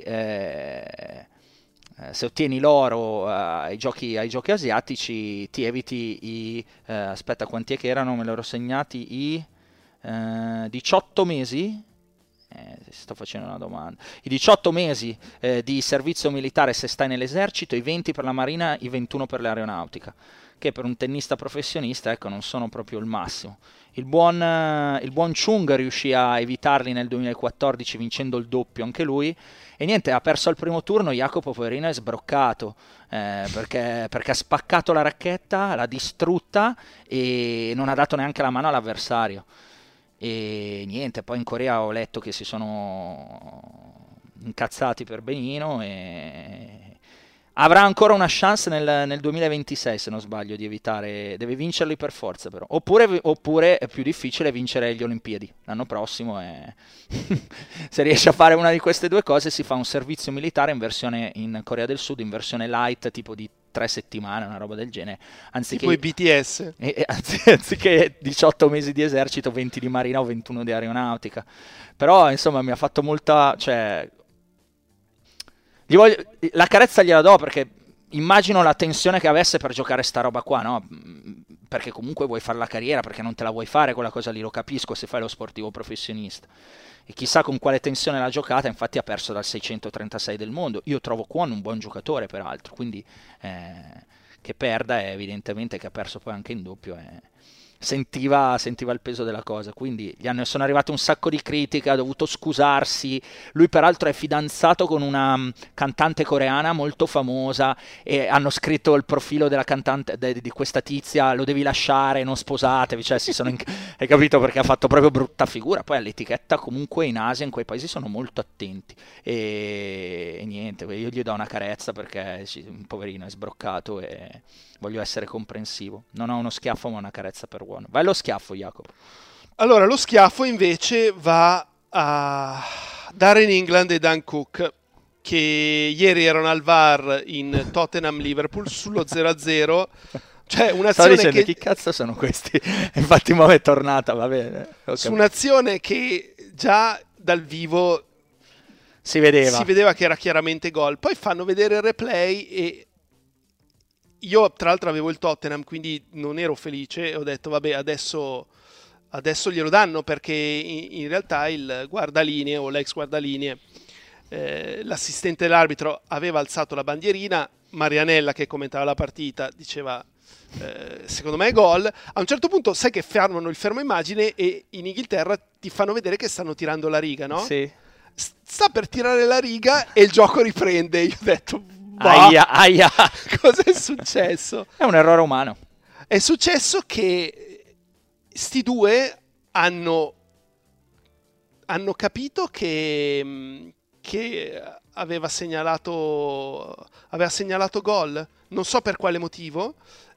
se ottieni l'oro ai giochi asiatici, ti eviti aspetta, quanti è che erano? Me l'ero segnati i 18 mesi. Sto facendo una domanda. I 18 mesi di servizio militare se stai nell'esercito, i 20 per la marina, i 21 per l'aeronautica, che per un tennista professionista, ecco, non sono proprio il massimo. Il buon Chung riuscì a evitarli nel 2014 vincendo il doppio anche lui, e niente, ha perso al primo turno. Jacopo poverino è sbroccato perché ha spaccato la racchetta, l'ha distrutta e non ha dato neanche la mano all'avversario. E niente, poi in Corea ho letto che si sono incazzati per benino, e Avrà ancora una chance nel 2026, se non sbaglio, di evitare, deve vincerli per forza però, oppure è più difficile vincere le Olimpiadi l'anno prossimo e se riesce a fare una di queste due cose si fa un servizio militare in Corea del Sud in versione light, tipo di 3 settimane, una roba del genere, anziché tipo i BTS, anziché 18 mesi di esercito, 20 di marina o 21 di aeronautica. Però insomma mi ha fatto molta, cioè la carezza gliela do perché immagino la tensione che avesse per giocare sta roba qua, no? Perché comunque vuoi fare la carriera, perché non te la vuoi fare quella cosa lì, lo capisco se fai lo sportivo professionista. E chissà con quale tensione l'ha giocata, infatti ha perso dal 636 del mondo. Io trovo Kwon un buon giocatore peraltro, quindi che perda è evidentemente che ha perso poi anche in doppio. Sentiva il peso della cosa, quindi sono arrivate un sacco di critiche, ha dovuto scusarsi. Lui peraltro è fidanzato con una cantante coreana molto famosa e hanno scritto il profilo della cantante di questa tizia, lo devi lasciare, non sposatevi, cioè hai capito, perché ha fatto proprio brutta figura. Poi all'etichetta comunque in Asia, in quei paesi sono molto attenti e niente, io gli do una carezza perché poverino è sbroccato e voglio essere comprensivo. Non ho uno schiaffo ma una carezza per uomo. Vai allo schiaffo, Jacopo. Allora, lo schiaffo invece va a Darren England e Dan Cook, che ieri erano al VAR in Tottenham-Liverpool sullo 0-0. Cioè un'azione dicendo, chi cazzo sono questi? Infatti mo' è tornata, va bene. Su un'azione che già dal vivo si vedeva che era chiaramente gol. Poi fanno vedere il replay e io tra l'altro avevo il Tottenham, quindi non ero felice e ho detto vabbè adesso glielo danno, perché in realtà il guardalinee o l'ex guardalinee, l'assistente dell'arbitro aveva alzato la bandierina. Marianella, che commentava la partita, diceva secondo me è gol. A un certo punto sai che fermano il fermo immagine e in Inghilterra ti fanno vedere che stanno tirando la riga, no? Sì. Sta per tirare la riga e il gioco riprende. Io ho detto aia. Cosa è successo? È un errore umano. È successo che sti due hanno capito che aveva segnalato gol, non so per quale motivo,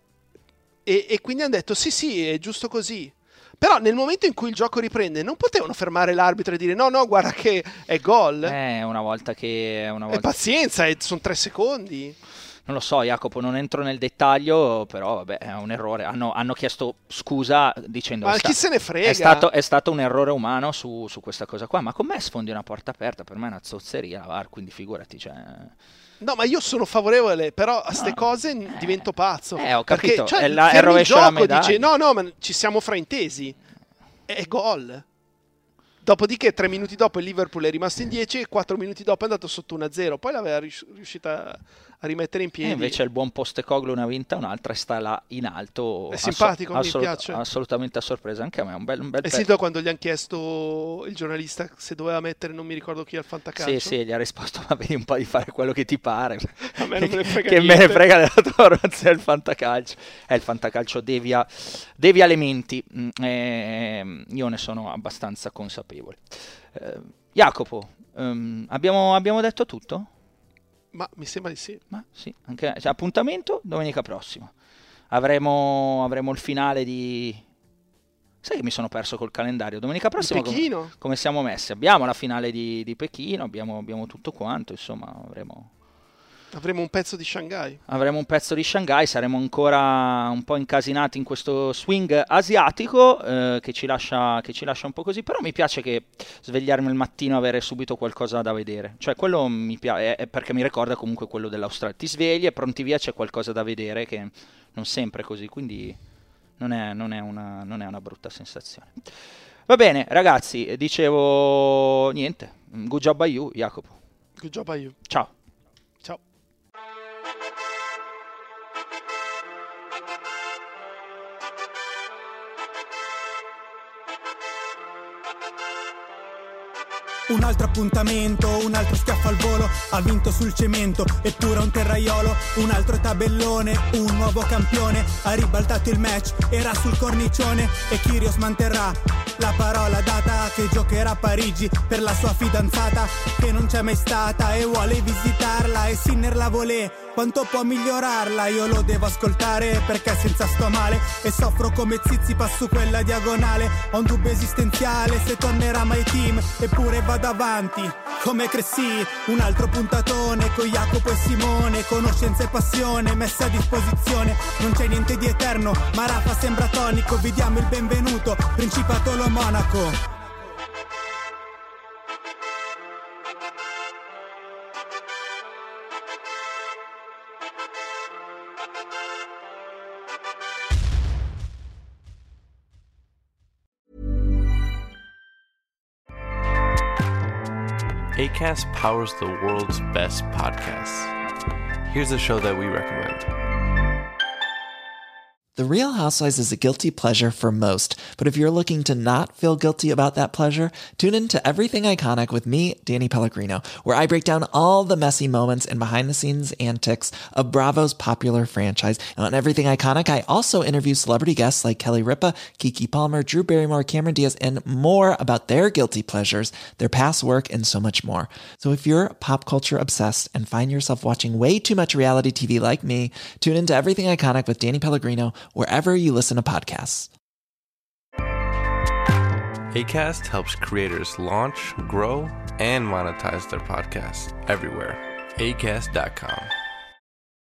e quindi hanno detto sì, è giusto così. Però nel momento in cui il gioco riprende non potevano fermare l'arbitro e dire no, guarda che è gol. Una volta che... E pazienza, sono 3 secondi. Non lo so, Jacopo, non entro nel dettaglio, però vabbè, è un errore. Hanno chiesto scusa dicendo... Ma chi se ne frega? È stato un errore umano su questa cosa qua, ma con me sfondi una porta aperta, per me è una zozzeria la VAR, quindi figurati, cioè... No, ma io sono favorevole, però a ste cose divento pazzo. Ho capito, perché, è il rovescio alla medaglia. Dice, no, ma ci siamo fraintesi. È gol. Dopodiché 3 minuti dopo il Liverpool è rimasto in 10 e 4 minuti dopo è andato sotto 1-0. Poi l'aveva riuscita a rimettere in piedi. E invece il buon Postecoglou ne ha vinta un'altra e sta là in alto. È simpatico, mi piace. Assolutamente a sorpresa, anche a me è un bel E sento quando gli hanno chiesto il giornalista se doveva mettere, non mi ricordo chi, al fantacalcio. Sì, gli ha risposto ma vedi un po' di fare quello che ti pare. A me non me ne frega che niente. me ne frega della tua formazione del fantacalcio. Il fantacalcio devia elementi, io ne sono abbastanza consapevole. Jacopo, abbiamo detto tutto? Ma mi sembra di sì. Ma sì, anche, cioè, appuntamento domenica prossima. Avremo il finale di... Sai che mi sono perso col calendario? Domenica prossima Pechino? Come siamo messi? Abbiamo la finale di Pechino, abbiamo tutto quanto, insomma, Avremo un pezzo di Shanghai. Saremo ancora un po' incasinati in questo swing asiatico che ci lascia un po' così, però mi piace che svegliarmi al mattino e avere subito qualcosa da vedere. Cioè quello mi piace, è perché mi ricorda comunque quello dell'Australia. Ti svegli e pronti via c'è qualcosa da vedere, che non sempre è così, quindi non è una brutta sensazione. Va bene, ragazzi, dicevo niente. Good job by you, Jacopo. Good job by you. Ciao. Ciao. Un altro appuntamento, un altro schiaffo al volo, ha vinto sul cemento, eppure un terraiolo, un altro tabellone, un nuovo campione, ha ribaltato il match, era sul cornicione e Kyrgios manterrà la parola data che giocherà a Parigi per la sua fidanzata che non c'è mai stata e vuole visitarla e Sinner la volè Quanto può migliorarla? Io lo devo ascoltare perché senza sto male e soffro come Zizipas su quella diagonale. Ho un dubbio esistenziale se tornerà mai team, eppure vado avanti come Cressy. Un altro puntatone con Jacopo e Simone, conoscenza e passione messe a disposizione. Non c'è niente di eterno, ma Rafa sembra tonico. Vi diamo il benvenuto, Principato lo Monaco. Acast powers the world's best podcasts. Here's a show that we recommend. The Real Housewives is a guilty pleasure for most, but if you're looking to not feel guilty about that pleasure, tune in to Everything Iconic with me, Danny Pellegrino, where I break down all the messy moments and behind-the-scenes antics of Bravo's popular franchise. And on Everything Iconic, I also interview celebrity guests like Kelly Ripa, Keke Palmer, Drew Barrymore, Cameron Diaz, and more about their guilty pleasures, their past work, and so much more. So if you're pop culture obsessed and find yourself watching way too much reality TV like me, tune into Everything Iconic with Danny Pellegrino, wherever you listen to podcasts. Acast helps creators launch, grow, and monetize their podcasts everywhere. Acast.com.